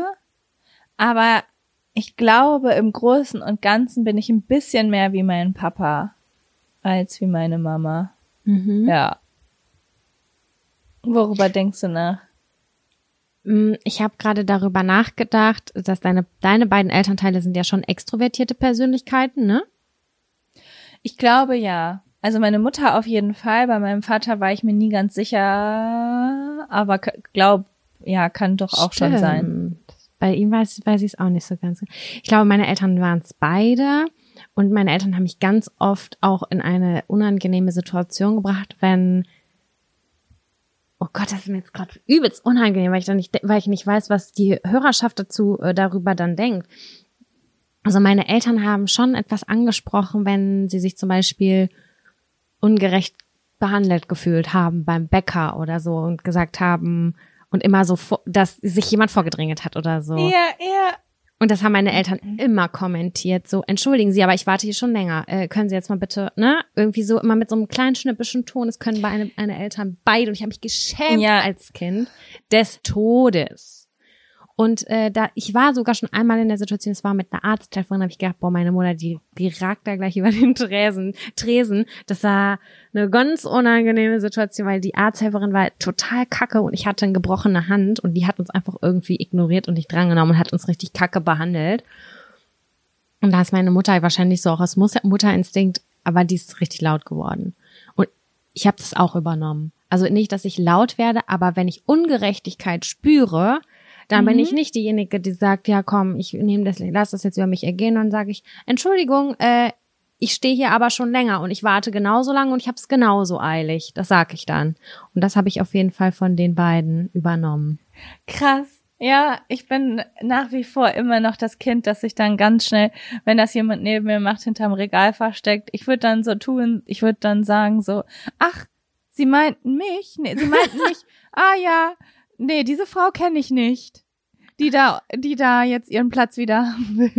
Aber ich glaube, im Großen und Ganzen bin ich ein bisschen mehr wie mein Papa als wie meine Mama. Mhm. Ja. Worüber denkst du nach? Ich habe gerade darüber nachgedacht, dass deine deine beiden Elternteile sind ja schon extrovertierte Persönlichkeiten, ne? Ich glaube, ja. Also meine Mutter auf jeden Fall. Bei meinem Vater war ich mir nie ganz sicher, aber glaub, ja, kann doch auch Stimmt. schon sein. Bei ihm weiß, weiß ich es auch nicht so ganz. Ich glaube, meine Eltern waren es beide und meine Eltern haben mich ganz oft auch in eine unangenehme Situation gebracht, wenn, oh Gott, das ist mir jetzt gerade übelst unangenehm, weil ich dann nicht, weil ich nicht weiß, was die Hörerschaft dazu äh, darüber dann denkt. Also meine Eltern haben schon etwas angesprochen, wenn sie sich zum Beispiel ungerecht behandelt gefühlt haben beim Bäcker oder so und gesagt haben, und immer so, dass sich jemand vorgedrängelt hat oder so. Ja, ja. Und das haben meine Eltern immer kommentiert, so, entschuldigen Sie, aber ich warte hier schon länger. Äh, können Sie jetzt mal bitte, ne? Irgendwie so immer mit so einem kleinen schnippischen Ton, das können meine, meine Eltern beide. Und ich habe mich geschämt ja. als Kind des Todes. Und äh, da ich war sogar schon einmal in der Situation, es war mit einer Arzthelferin, habe ich gedacht, boah, meine Mutter, die, die ragt da gleich über den Tresen. Tresen. Das war eine ganz unangenehme Situation, weil die Arzthelferin war total kacke und ich hatte eine gebrochene Hand und die hat uns einfach irgendwie ignoriert und nicht drangenommen und hat uns richtig kacke behandelt. Und da ist meine Mutter wahrscheinlich so auch aus Mutterinstinkt, aber die ist richtig laut geworden. Und ich habe das auch übernommen. Also nicht, dass ich laut werde, aber wenn ich Ungerechtigkeit spüre, dann mhm. bin ich nicht diejenige, die sagt, ja komm, ich nehme das, lass das jetzt über mich ergehen. Dann sage ich, Entschuldigung, äh, ich stehe hier aber schon länger und ich warte genauso lange und ich habe es genauso eilig. Das sag ich dann. Und das habe ich auf jeden Fall von den beiden übernommen. Krass. Ja, ich bin nach wie vor immer noch das Kind, das sich dann ganz schnell, wenn das jemand neben mir macht, hinterm Regal versteckt. Ich würde dann so tun, ich würde dann sagen so, ach, Sie meinten mich? Nee, Sie meinten mich. Ah ja, nee, diese Frau kenne ich nicht, die da, die da jetzt ihren Platz wieder haben will.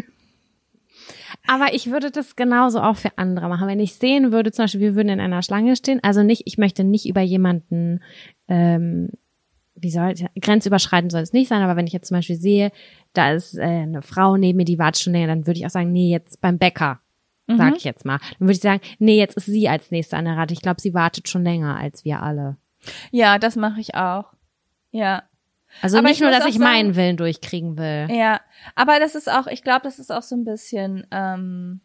Aber ich würde das genauso auch für andere machen. Wenn ich sehen würde, zum Beispiel, wir würden in einer Schlange stehen, also nicht, ich möchte nicht über jemanden, ähm, wie soll, grenzüberschreitend soll es nicht sein, aber wenn ich jetzt zum Beispiel sehe, da ist äh, eine Frau neben mir, die wartet schon länger, dann würde ich auch sagen, nee, jetzt beim Bäcker, mhm. sag ich jetzt mal. Dann würde ich sagen, nee, jetzt ist sie als Nächste an der Rate. Ich glaube, sie wartet schon länger als wir alle. Ja, das mache ich auch. Ja. Also aber nicht nur, dass ich sagen, meinen Willen durchkriegen will. Ja, aber das ist auch, ich glaube, das ist auch so ein bisschen, ähm,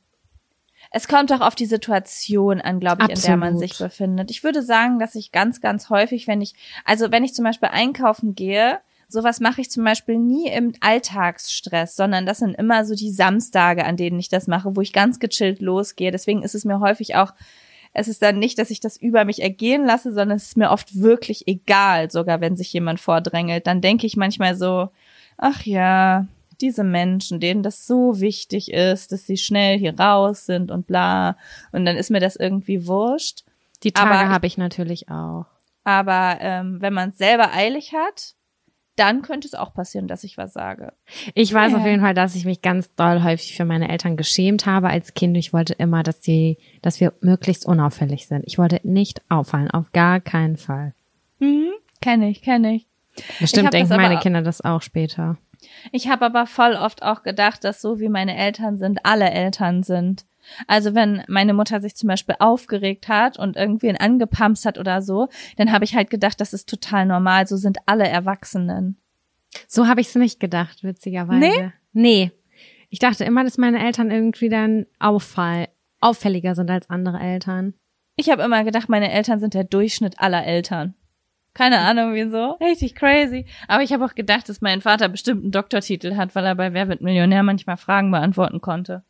es kommt auch auf die Situation an, glaube ich, Absolut. in der man sich befindet. Ich würde sagen, dass ich ganz, ganz häufig, wenn ich, also wenn ich zum Beispiel einkaufen gehe, sowas mache ich zum Beispiel nie im Alltagsstress, sondern das sind immer so die Samstage, an denen ich das mache, wo ich ganz gechillt losgehe. Deswegen ist es mir häufig auch, es ist dann nicht, dass ich das über mich ergehen lasse, sondern es ist mir oft wirklich egal, sogar wenn sich jemand vordrängelt. Dann denke ich manchmal so, ach ja, diese Menschen, denen das so wichtig ist, dass sie schnell hier raus sind und bla. Und dann ist mir das irgendwie wurscht. Die Tage habe ich natürlich auch. Aber ähm, wenn man es selber eilig hat, dann könnte es auch passieren, dass ich was sage. Ich weiß ja. auf jeden Fall, dass ich mich ganz doll häufig für meine Eltern geschämt habe als Kind. Ich wollte immer, dass sie, dass wir möglichst unauffällig sind. Ich wollte nicht auffallen, auf gar keinen Fall. Mhm, kenne ich, kenne ich. Bestimmt ich denken meine auch, Kinder das auch später. Ich habe aber voll oft auch gedacht, dass so wie meine Eltern sind, alle Eltern sind. Also wenn meine Mutter sich zum Beispiel aufgeregt hat und irgendwen angepamst hat oder so, dann habe ich halt gedacht, das ist total normal, so sind alle Erwachsenen. So habe ich es nicht gedacht, witzigerweise. Nee? Nee. Ich dachte immer, dass meine Eltern irgendwie dann auffall, auffälliger sind als andere Eltern. Ich habe immer gedacht, meine Eltern sind der Durchschnitt aller Eltern. Keine Ahnung, wieso. Richtig crazy. Aber ich habe auch gedacht, dass mein Vater bestimmt einen Doktortitel hat, weil er bei Wer wird Millionär manchmal Fragen beantworten konnte.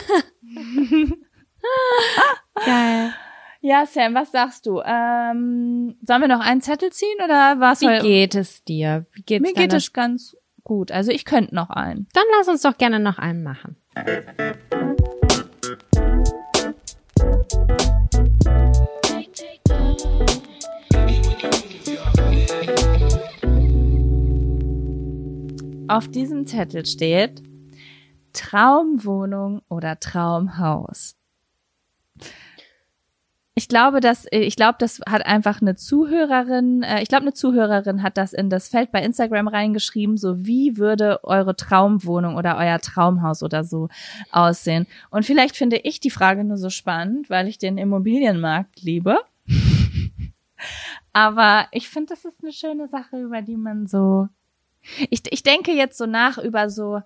Geil. Ja, Sam, was sagst du? Ähm, sollen wir noch einen Zettel ziehen oder was? Wie geht es dir? Wie geht's Mir geht es ganz gut. Also ich könnte noch einen. Dann lass uns doch gerne noch einen machen. Auf diesem Zettel steht Traumwohnung oder Traumhaus. Ich glaube, dass ich glaube, das hat einfach eine Zuhörerin, äh, ich glaube, eine Zuhörerin hat das in das Feld bei Instagram reingeschrieben, so wie würde eure Traumwohnung oder euer Traumhaus oder so aussehen. Und vielleicht finde ich die Frage nur so spannend, weil ich den Immobilienmarkt liebe. Aber ich finde, das ist eine schöne Sache, über die man so Ich, ich denke jetzt so nach über so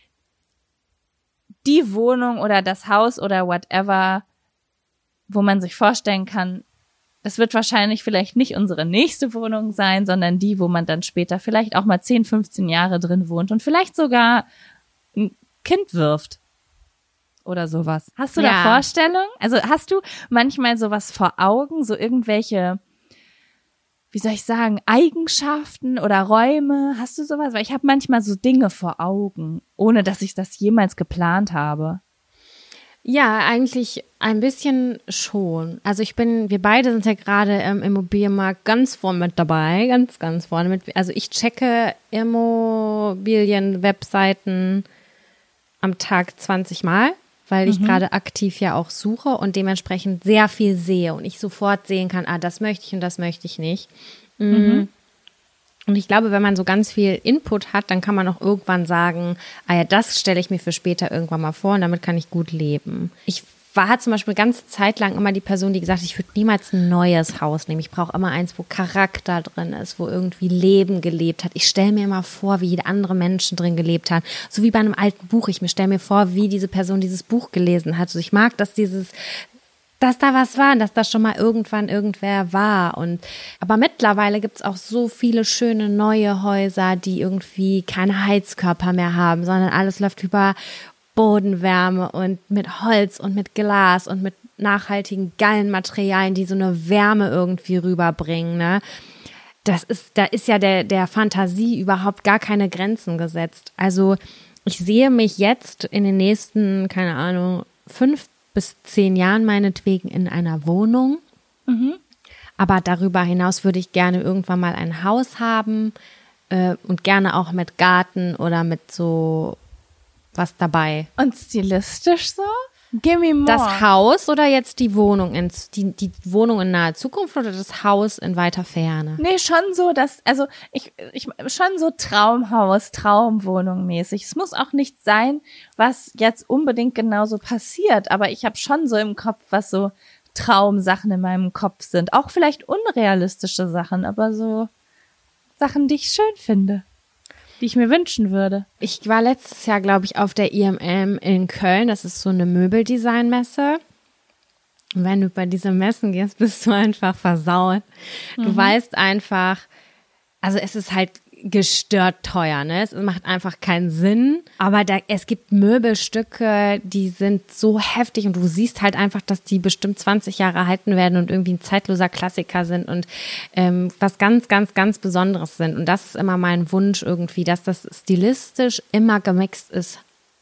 die Wohnung oder das Haus oder whatever, wo man sich vorstellen kann, das wird wahrscheinlich vielleicht nicht unsere nächste Wohnung sein, sondern die, wo man dann später vielleicht auch mal zehn, fünfzehn Jahre drin wohnt und vielleicht sogar ein Kind wirft oder sowas. Hast du Ja. da Vorstellungen? Also hast du manchmal sowas vor Augen, so irgendwelche, wie soll ich sagen, Eigenschaften oder Räume? Hast du sowas? Weil ich habe manchmal so Dinge vor Augen, ohne dass ich das jemals geplant habe. Ja, eigentlich ein bisschen schon. Also ich bin, wir beide sind ja gerade im Immobilienmarkt ganz vorne mit dabei, ganz, ganz vorne mit. Also ich checke Immobilien-Webseiten am Tag zwanzig Mal, weil ich mhm. gerade aktiv ja auch suche und dementsprechend sehr viel sehe und ich sofort sehen kann, ah, das möchte ich und das möchte ich nicht. Mhm. Und ich glaube, wenn man so ganz viel Input hat, dann kann man auch irgendwann sagen, ah ja, das stelle ich mir für später irgendwann mal vor und damit kann ich gut leben. Ich war zum Beispiel eine ganze Zeit lang immer die Person, die gesagt hat, ich würde niemals ein neues Haus nehmen. Ich brauche immer eins, wo Charakter drin ist, wo irgendwie Leben gelebt hat. Ich stelle mir immer vor, wie andere Menschen drin gelebt haben. So wie bei einem alten Buch. Ich mir stelle mir vor, wie diese Person dieses Buch gelesen hat. Also ich mag, dass dieses dass da was war, dass das schon mal irgendwann irgendwer war. Und aber mittlerweile gibt's auch so viele schöne neue Häuser, die irgendwie keine Heizkörper mehr haben, sondern alles läuft über Bodenwärme und mit Holz und mit Glas und mit nachhaltigen, geilen Materialien, die so eine Wärme irgendwie rüberbringen, ne? Das ist, da ist ja der, der Fantasie überhaupt gar keine Grenzen gesetzt. Also ich sehe mich jetzt in den nächsten, keine Ahnung, fünf bis zehn Jahren meinetwegen in einer Wohnung. Mhm. Aber darüber hinaus würde ich gerne irgendwann mal ein Haus haben äh, und gerne auch mit Garten oder mit so was dabei. Und stilistisch so? Give me more. Das Haus oder jetzt die Wohnung, in, die, die Wohnung in naher Zukunft oder das Haus in weiter Ferne? Nee, schon so, dass, also ich, ich schon so Traumhaus, Traumwohnung mäßig. Es muss auch nicht sein, was jetzt unbedingt genauso passiert, aber ich habe schon so im Kopf, was so Traumsachen in meinem Kopf sind. Auch vielleicht unrealistische Sachen, aber so Sachen, die ich schön finde, die ich mir wünschen würde. Ich war letztes Jahr, glaube ich, auf der I M M in Köln. Das ist so eine Möbeldesign-Messe. Und wenn du bei diese Messen gehst, bist du einfach versaut. Du mhm. weißt einfach, also es ist halt gestört teuer, ne? Es macht einfach keinen Sinn. Aber da, es gibt Möbelstücke, die sind so heftig und du siehst halt einfach, dass die bestimmt zwanzig Jahre halten werden und irgendwie ein zeitloser Klassiker sind und ähm, was ganz, ganz, ganz Besonderes sind. Und das ist immer mein Wunsch irgendwie, dass das stilistisch immer gemixt ist.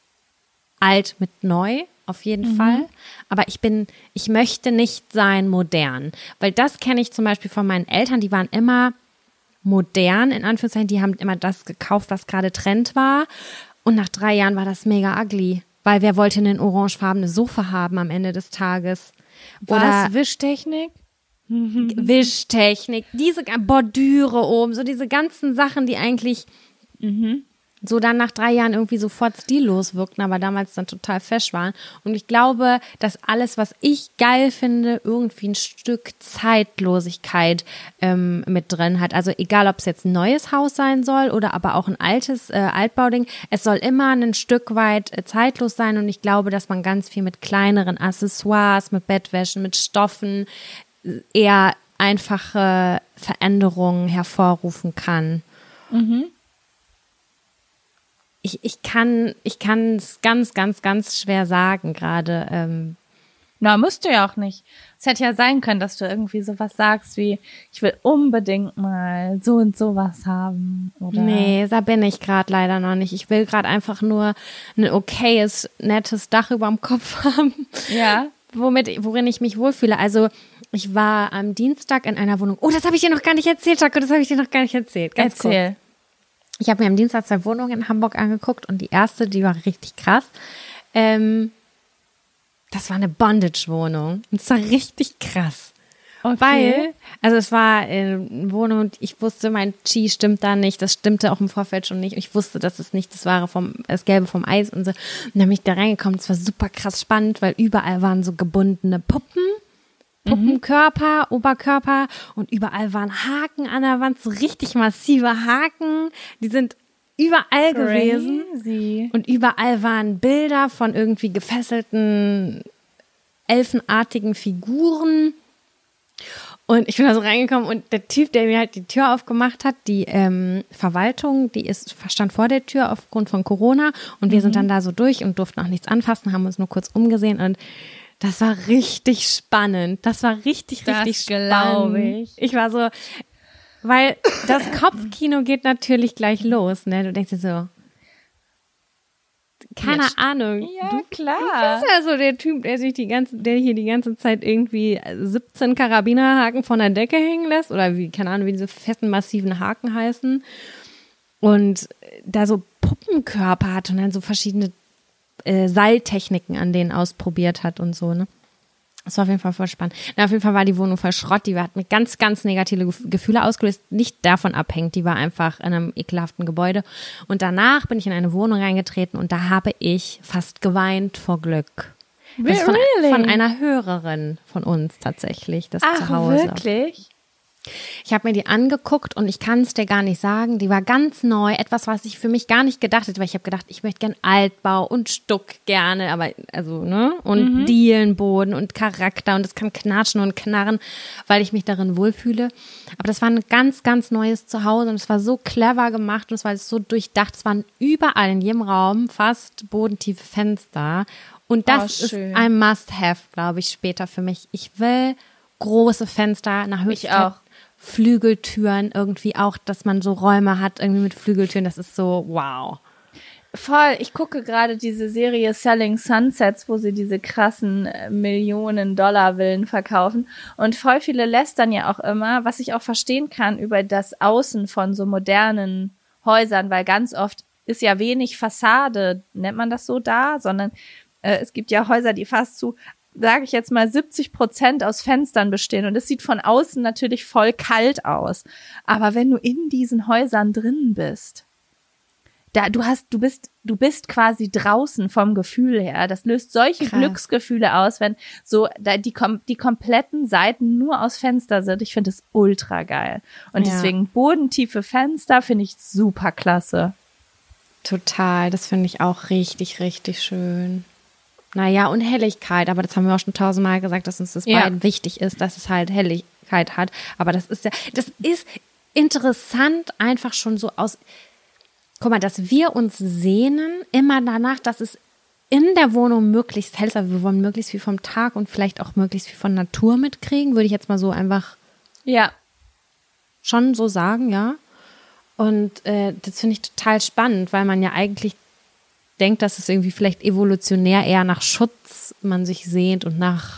Alt mit neu, auf jeden mhm. Fall. Aber ich bin, ich möchte nicht sein modern. Weil das kenne ich zum Beispiel von meinen Eltern, die waren immer modern, in Anführungszeichen, die haben immer das gekauft, was gerade Trend war. Und nach drei Jahren war das mega ugly, weil wer wollte ein orangefarbene Sofa haben am Ende des Tages? Oder was? Wischtechnik? Wischtechnik, diese Bordüre oben, so diese ganzen Sachen, die eigentlich mhm. so dann nach drei Jahren irgendwie sofort stillos wirkten, aber damals dann total fesch waren. Und ich glaube, dass alles, was ich geil finde, irgendwie ein Stück Zeitlosigkeit ähm, mit drin hat. Also egal, ob es jetzt ein neues Haus sein soll oder aber auch ein altes äh, Altbauding, es soll immer ein Stück weit äh, zeitlos sein. Und ich glaube, dass man ganz viel mit kleineren Accessoires, mit Bettwäschen, mit Stoffen eher einfache Veränderungen hervorrufen kann. Mhm. Ich, ich kann ich kann es ganz, ganz, ganz schwer sagen gerade. Ähm. Na, musst du ja auch nicht. Es hätte ja sein können, dass du irgendwie sowas sagst wie, ich will unbedingt mal so und sowas haben. Oder? Nee, da bin ich gerade leider noch nicht. Ich will gerade einfach nur ein okayes, nettes Dach überm Kopf haben. Ja. Womit, worin ich mich wohlfühle. Also ich war am Dienstag in einer Wohnung. Oh, das habe ich dir noch gar nicht erzählt, Jaco, das habe ich dir noch gar nicht erzählt. Ganz Erzähl. Kurz. Ich habe mir am Dienstag zwei Wohnungen in Hamburg angeguckt und die erste, die war richtig krass. Ähm, das war eine Bondage-Wohnung und es war richtig krass. Okay. Weil, also es war eine Wohnung und ich wusste, mein Chi stimmt da nicht, das stimmte auch im Vorfeld schon nicht. Ich wusste, dass es nicht das wahre vom, das Gelbe vom Eis und so. Und dann bin ich da reingekommen, es war super krass spannend, weil überall waren so gebundene Puppen. Puppenkörper, mhm. Oberkörper und überall waren Haken an der Wand, so richtig massive Haken, die sind überall Crazy. gewesen und überall waren Bilder von irgendwie gefesselten, elfenartigen Figuren und ich bin da so reingekommen und der Typ, der mir halt die Tür aufgemacht hat, die ähm, Verwaltung, die ist stand vor der Tür aufgrund von Corona und wir mhm. sind dann da so durch und durften auch nichts anfassen, haben uns nur kurz umgesehen und das war richtig spannend. Das war richtig, das richtig spannend. Ich. ich war so, weil das Kopfkino geht natürlich gleich los, ne? Du denkst dir so, keine ja, Ahnung. Ja, du, klar. Du bist ja so der Typ, der sich die ganze, der hier die ganze Zeit irgendwie siebzehn Karabinerhaken von der Decke hängen lässt oder wie, keine Ahnung, wie diese fetten, massiven Haken heißen und da so Puppenkörper hat und dann so verschiedene Äh, Seiltechniken an denen ausprobiert hat und so, ne? Das war auf jeden Fall voll spannend. Na, auf jeden Fall war die Wohnung voll Schrott, die hat mir ganz, ganz negative Gefühle ausgelöst, nicht davon abhängt, die war einfach in einem ekelhaften Gebäude und danach bin ich in eine Wohnung reingetreten und da habe ich fast geweint vor Glück. Das ist von, really? von einer Hörerin von uns tatsächlich, das Ach, zu Hause. Wirklich? Ich habe mir die angeguckt und ich kann es dir gar nicht sagen. Die war ganz neu, etwas, was ich für mich gar nicht gedacht hätte, weil ich habe gedacht, ich möchte gern Altbau und Stuck gerne, aber also, ne? Und mhm. Dielenboden und Charakter und es kann knatschen und knarren, weil ich mich darin wohlfühle. Aber das war ein ganz, ganz neues Zuhause und es war so clever gemacht und es war so durchdacht. Es waren überall in jedem Raum fast bodentiefe Fenster. Und das oh, ist ein Must-Have, glaube ich, später für mich. Ich will große Fenster nach Möglichkeit. Ich auch. Flügeltüren irgendwie auch, dass man so Räume hat irgendwie mit Flügeltüren, das ist so wow. Voll, ich gucke gerade diese Serie Selling Sunsets, wo sie diese krassen Millionen-Dollar-Villen verkaufen und voll viele lästern ja auch immer, was ich auch verstehen kann über das Außen von so modernen Häusern, weil ganz oft ist ja wenig Fassade, nennt man das so da, sondern äh, es gibt ja Häuser, die fast zu sage ich jetzt mal, siebzig Prozent aus Fenstern bestehen. Und es sieht von außen natürlich voll kalt aus. Aber wenn du in diesen Häusern drin bist, da, du hast, du bist, du bist quasi draußen vom Gefühl her. Das löst solche Krass. Glücksgefühle aus, wenn so da die, die kompletten Seiten nur aus Fenster sind. Ich finde es ultra geil. Und ja. deswegen bodentiefe Fenster finde ich super klasse. Total. Das finde ich auch richtig, richtig schön. Naja, und Helligkeit, aber das haben wir auch schon tausendmal gesagt, dass uns das ja. beiden wichtig ist, dass es halt Helligkeit hat. Aber das ist ja, das ist interessant, einfach schon so aus, guck mal, dass wir uns sehnen immer danach, dass es in der Wohnung möglichst hell ist, aber wir wollen möglichst viel vom Tag und vielleicht auch möglichst viel von Natur mitkriegen, würde ich jetzt mal so einfach ja schon so sagen, ja. Und äh, das finde ich total spannend, weil man ja eigentlich denkt, dass es irgendwie vielleicht evolutionär eher nach Schutz man sich sehnt und nach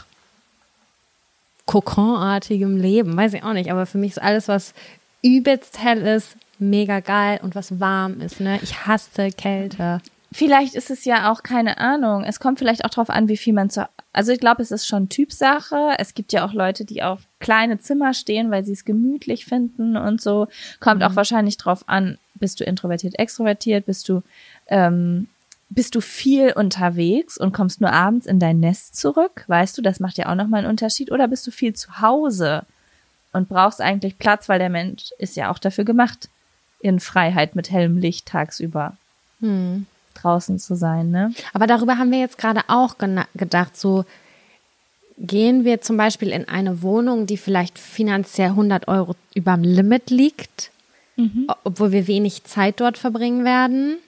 Kokonartigem Leben, weiß ich auch nicht, aber für mich ist alles, was übelst hell ist, mega geil und was warm ist, ne? Ich hasse Kälte. Vielleicht ist es ja auch, keine Ahnung, es kommt vielleicht auch drauf an, wie viel man zu, also ich glaube, es ist schon Typsache. Es gibt ja auch Leute, die auf kleine Zimmer stehen, weil sie es gemütlich finden und so. Kommt mhm. auch wahrscheinlich drauf an, bist du introvertiert, extrovertiert, bist du ähm, Bist du viel unterwegs und kommst nur abends in dein Nest zurück? Weißt du, das macht ja auch nochmal einen Unterschied. Oder bist du viel zu Hause und brauchst eigentlich Platz, weil der Mensch ist ja auch dafür gemacht, in Freiheit mit hellem Licht tagsüber hm. draußen zu sein, ne? Aber darüber haben wir jetzt gerade auch gena- gedacht, so gehen wir zum Beispiel in eine Wohnung, die vielleicht finanziell hundert Euro überm Limit liegt, mhm. obwohl wir wenig Zeit dort verbringen werden.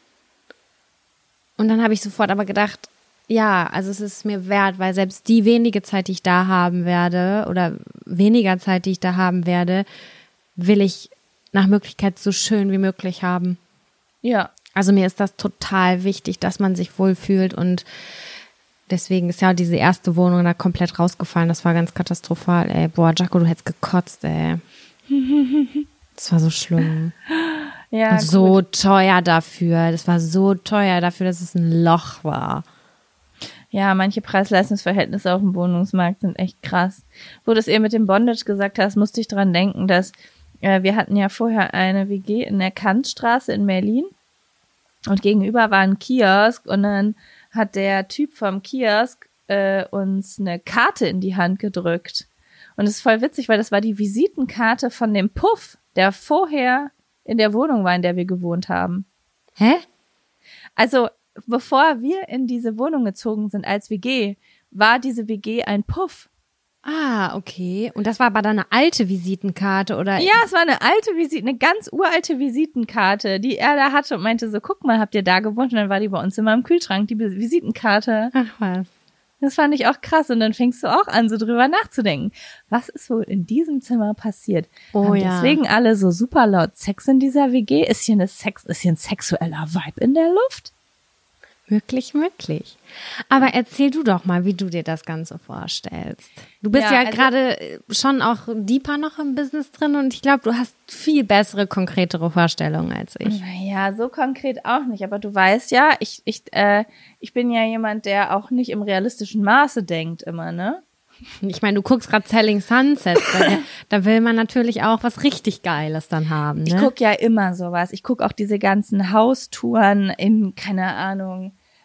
Und dann habe ich sofort aber gedacht, ja, also es ist mir wert, weil selbst die wenige Zeit, die ich da haben werde oder weniger Zeit, die ich da haben werde, will ich nach Möglichkeit so schön wie möglich haben. Ja. Also mir ist das total wichtig, dass man sich wohlfühlt und deswegen ist ja diese erste Wohnung da komplett rausgefallen. Das war ganz katastrophal, ey. Boah, Jaco, du hättest gekotzt, ey. Das war so schlimm. Ja, und so gut. teuer dafür. Das war so teuer dafür, dass es ein Loch war. Ja, manche Preis-Leistungs-Verhältnisse auf dem Wohnungsmarkt sind echt krass. Wo du es eben mit dem Bondage gesagt hast, musste ich dran denken, dass äh, wir hatten ja vorher eine W G in der Kantstraße in Berlin und gegenüber war ein Kiosk und dann hat der Typ vom Kiosk äh, uns eine Karte in die Hand gedrückt. Und es ist voll witzig, weil das war die Visitenkarte von dem Puff, der vorher in der Wohnung war, in der wir gewohnt haben. Hä? Also, bevor wir in diese Wohnung gezogen sind als W G, war diese W G ein Puff. Ah, okay. Und das war aber dann eine alte Visitenkarte, oder? Ja, es war eine alte Visite, eine ganz uralte Visitenkarte, die er da hatte und meinte so, guck mal, habt ihr da gewohnt? Und dann war die bei uns immer im Kühlschrank, die Visitenkarte. Ach was. Das fand ich auch krass. Und dann fängst du auch an, so drüber nachzudenken. Was ist wohl in diesem Zimmer passiert? Oh Haben ja. deswegen alle so super laut Sex in dieser W G? Ist hier, eine Sex, ist hier ein sexueller Vibe in der Luft? Wirklich möglich. Aber erzähl du doch mal, wie du dir das Ganze vorstellst. Du bist ja, ja also, gerade schon auch deeper noch im Business drin und ich glaube, du hast viel bessere, konkretere Vorstellungen als ich. Naja, so konkret auch nicht. Aber du weißt ja, ich, ich, äh, ich bin ja jemand, der auch nicht im realistischen Maße denkt immer, ne? Ich meine, du guckst gerade Selling Sunsets, da, da will man natürlich auch was richtig Geiles dann haben, ne? Ich gucke ja immer sowas. Ich gucke auch diese ganzen Haustouren in, keine Ahnung,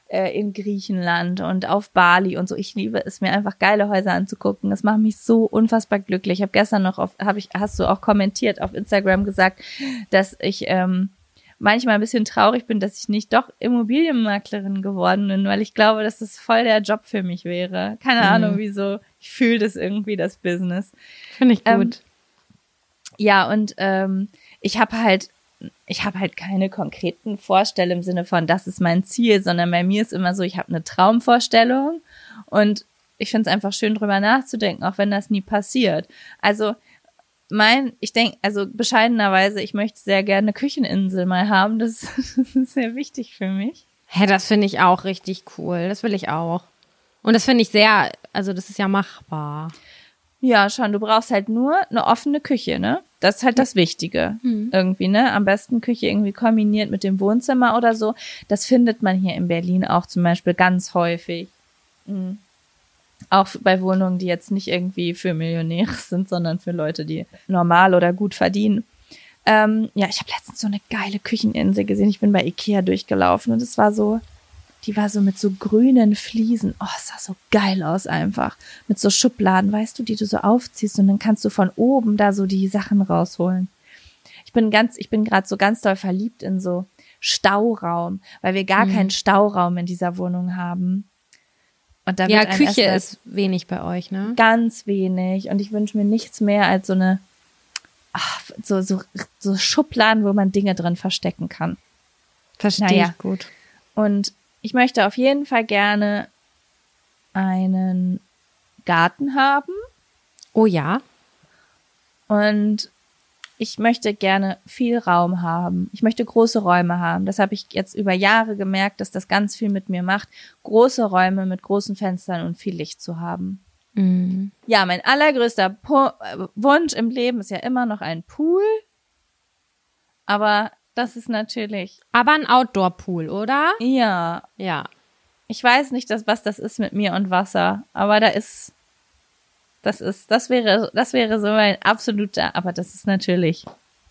äh, in Griechenland und auf Bali und so. Ich liebe es, mir einfach geile Häuser anzugucken. Das macht mich so unfassbar glücklich. Ich habe gestern noch auf, habe ich, hast du auch kommentiert auf Instagram gesagt, dass ich ähm, manchmal ein bisschen traurig bin, dass ich nicht doch Immobilienmaklerin geworden bin, weil ich glaube, dass das voll der Job für mich wäre. Keine mhm. Ahnung, wieso. Ich fühle das irgendwie, das Business. Finde ich gut. Ähm, ja, und ähm, ich habe halt, ich habe halt keine konkreten Vorstellungen im Sinne von, das ist mein Ziel, sondern bei mir ist immer so, ich habe eine Traumvorstellung und ich finde es einfach schön, drüber nachzudenken, auch wenn das nie passiert. Also mein, ich denke, also bescheidenerweise, ich möchte sehr gerne eine Kücheninsel mal haben. Das, das ist sehr wichtig für mich. Hä, das finde ich auch richtig cool. Das will ich auch. Und das finde ich sehr, also das ist ja machbar. Ja, schon. Du brauchst halt nur eine offene Küche, ne? Das ist halt das Wichtige. Mhm. Irgendwie, ne? Am besten Küche irgendwie kombiniert mit dem Wohnzimmer oder so. Das findet man hier in Berlin auch zum Beispiel ganz häufig. Mhm. Auch bei Wohnungen, die jetzt nicht irgendwie für Millionäre sind, sondern für Leute, die normal oder gut verdienen. Ähm, ja, ich habe letztens so eine geile Kücheninsel gesehen. Ich bin bei Ikea durchgelaufen und es war so, die war so mit so grünen Fliesen. Oh, es sah so geil aus einfach. Mit so Schubladen, weißt du, die du so aufziehst und dann kannst du von oben da so die Sachen rausholen. Ich bin ganz, ich bin gerade so ganz doll verliebt in so Stauraum, weil wir gar mhm. keinen Stauraum in dieser Wohnung haben. Und da ja, Küche ist wenig bei euch, ne? Ganz wenig. Und ich wünsche mir nichts mehr als so eine, ach, so, so, so Schubladen, wo man Dinge drin verstecken kann. Verstehe naja. ich gut. Und ich möchte auf jeden Fall gerne einen Garten haben. Oh ja. Und ich möchte gerne viel Raum haben. Ich möchte große Räume haben. Das habe ich jetzt über Jahre gemerkt, dass das ganz viel mit mir macht, große Räume mit großen Fenstern und viel Licht zu haben. Mhm. Ja, mein allergrößter Po- Wunsch im Leben ist ja immer noch ein Pool. Aber das ist natürlich... Aber ein Outdoor-Pool, oder? Ja. Ja. Ich weiß nicht, dass, was das ist mit mir und Wasser, aber da ist... Das ist, das wäre, das wäre so mein absoluter, aber das ist natürlich,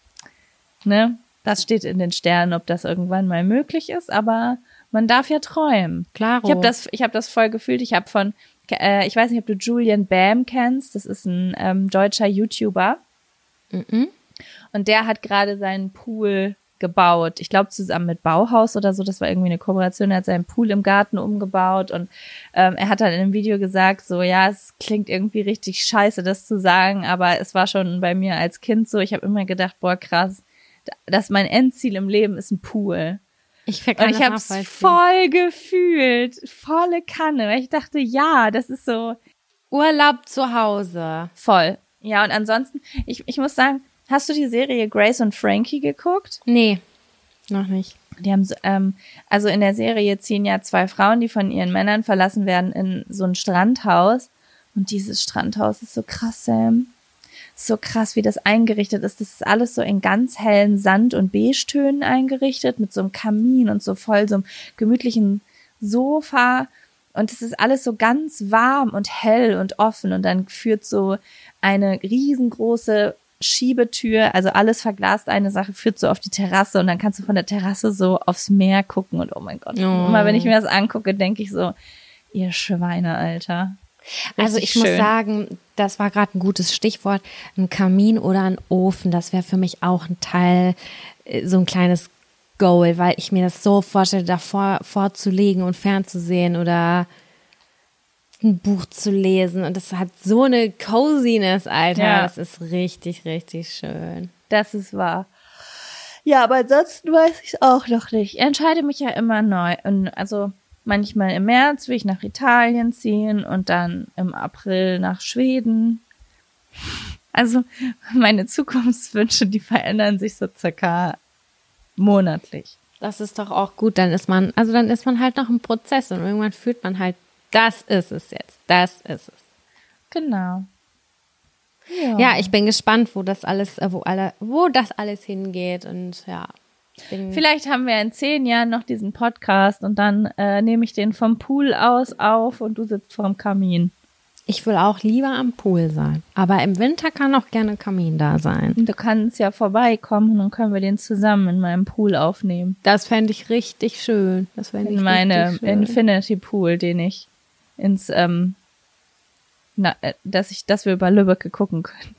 ne, das steht in den Sternen, ob das irgendwann mal möglich ist, aber man darf ja träumen. Klaro. Ich habe das, ich habe das voll gefühlt. Ich habe von, äh, ich weiß nicht, ob du Julian Bam kennst. Das ist ein ähm, deutscher YouTuber. Mhm. Und der hat gerade seinen Pool gebaut. Ich glaube zusammen mit Bauhaus oder so. Das war irgendwie eine Kooperation. Er hat seinen Pool im Garten umgebaut und ähm, er hat dann in einem Video gesagt, so ja, es klingt irgendwie richtig scheiße, das zu sagen, aber es war schon bei mir als Kind so. Ich habe immer gedacht, boah krass, dass mein Endziel im Leben ist ein Pool. Ich und ich habe es voll gefühlt, volle Kanne, weil ich dachte, ja, das ist so Urlaub zu Hause. Voll. Ja, und ansonsten, ich ich muss sagen, hast du die Serie Grace und Frankie geguckt? Nee, noch nicht. Die haben so, ähm, also in der Serie ziehen ja zwei Frauen, die von ihren Männern verlassen werden, in so ein Strandhaus. Und dieses Strandhaus ist so krass, Sam. So krass, wie das eingerichtet ist. Das ist alles so in ganz hellen Sand- und Beige-Tönen eingerichtet, mit so einem Kamin und so voll so einem gemütlichen Sofa. Und es ist alles so ganz warm und hell und offen. Und dann führt so eine riesengroße Schiebetür, also alles verglast, eine Sache führt so auf die Terrasse und dann kannst du von der Terrasse so aufs Meer gucken und oh mein Gott. Oh. Immer wenn ich mir das angucke, denke ich so, ihr Schweine, Alter. Richtig also ich schön. muss sagen, das war gerade ein gutes Stichwort, ein Kamin oder ein Ofen, das wäre für mich auch ein Teil, so ein kleines Goal, weil ich mir das so vorstelle, davor vorzulegen und fernzusehen oder ein Buch zu lesen und das hat so eine Coziness, Alter. Ja. Das ist richtig, richtig schön. Das ist wahr. Ja, aber ansonsten weiß ich es auch noch nicht. Ich entscheide mich ja immer neu. Und also manchmal im März will ich nach Italien ziehen und dann im April nach Schweden. Also meine Zukunftswünsche, die verändern sich so circa monatlich. Das ist doch auch gut. Dann ist man, also dann ist man halt noch im Prozess und irgendwann fühlt man halt, das ist es jetzt. Das ist es. Genau. Ja, ja, ich bin gespannt, wo das alles, wo alle, wo das alles hingeht und ja. Vielleicht haben wir in zehn Jahren noch diesen Podcast und dann äh, nehme ich den vom Pool aus auf und du sitzt vorm Kamin. Ich will auch lieber am Pool sein. Aber im Winter kann auch gerne Kamin da sein. Du kannst ja vorbeikommen und dann können wir den zusammen in meinem Pool aufnehmen. Das fände ich richtig schön. Das fände ich In meine richtig schön. Infinity Pool, den ich ins, ähm, na, äh, dass ich, dass wir über Lübbecke gucken können.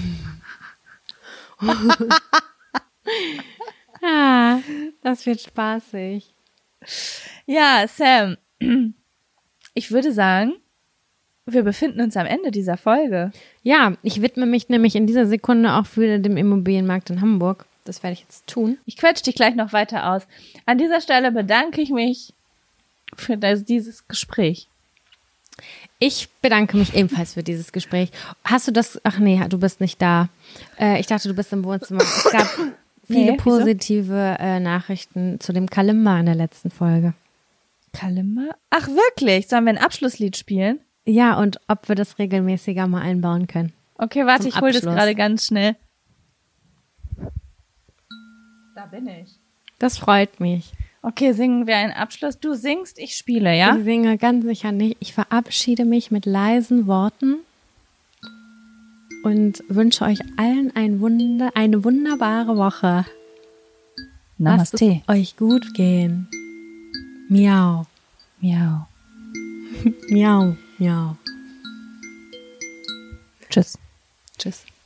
Ja, das wird spaßig. Ja, Sam, ich würde sagen, wir befinden uns am Ende dieser Folge. Ja, ich widme mich nämlich in dieser Sekunde auch wieder dem Immobilienmarkt in Hamburg. Das werde ich jetzt tun. Ich quetsche dich gleich noch weiter aus. An dieser Stelle bedanke ich mich für das, dieses Gespräch. Ich bedanke mich ebenfalls für dieses Gespräch. Hast du das, ach nee, du bist nicht da. Äh, ich dachte, du bist im Wohnzimmer. Es gab viele Nee, positive äh, Nachrichten zu dem Kalimba in der letzten Folge. Kalimba? Ach wirklich? Sollen wir ein Abschlusslied spielen? Ja, und ob wir das regelmäßiger mal einbauen können. Okay, warte, Zum ich hole das Abschluss. gerade ganz schnell. Da bin ich. Das freut mich. Okay, singen wir einen Abschluss. Du singst, ich spiele, ja? Ich singe ganz sicher nicht. Ich verabschiede mich mit leisen Worten und wünsche euch allen ein Wunder, eine wunderbare Woche. Lasst es Namaste. euch gut gehen. Miau. Miau. Miau. Miau. Tschüss. Tschüss.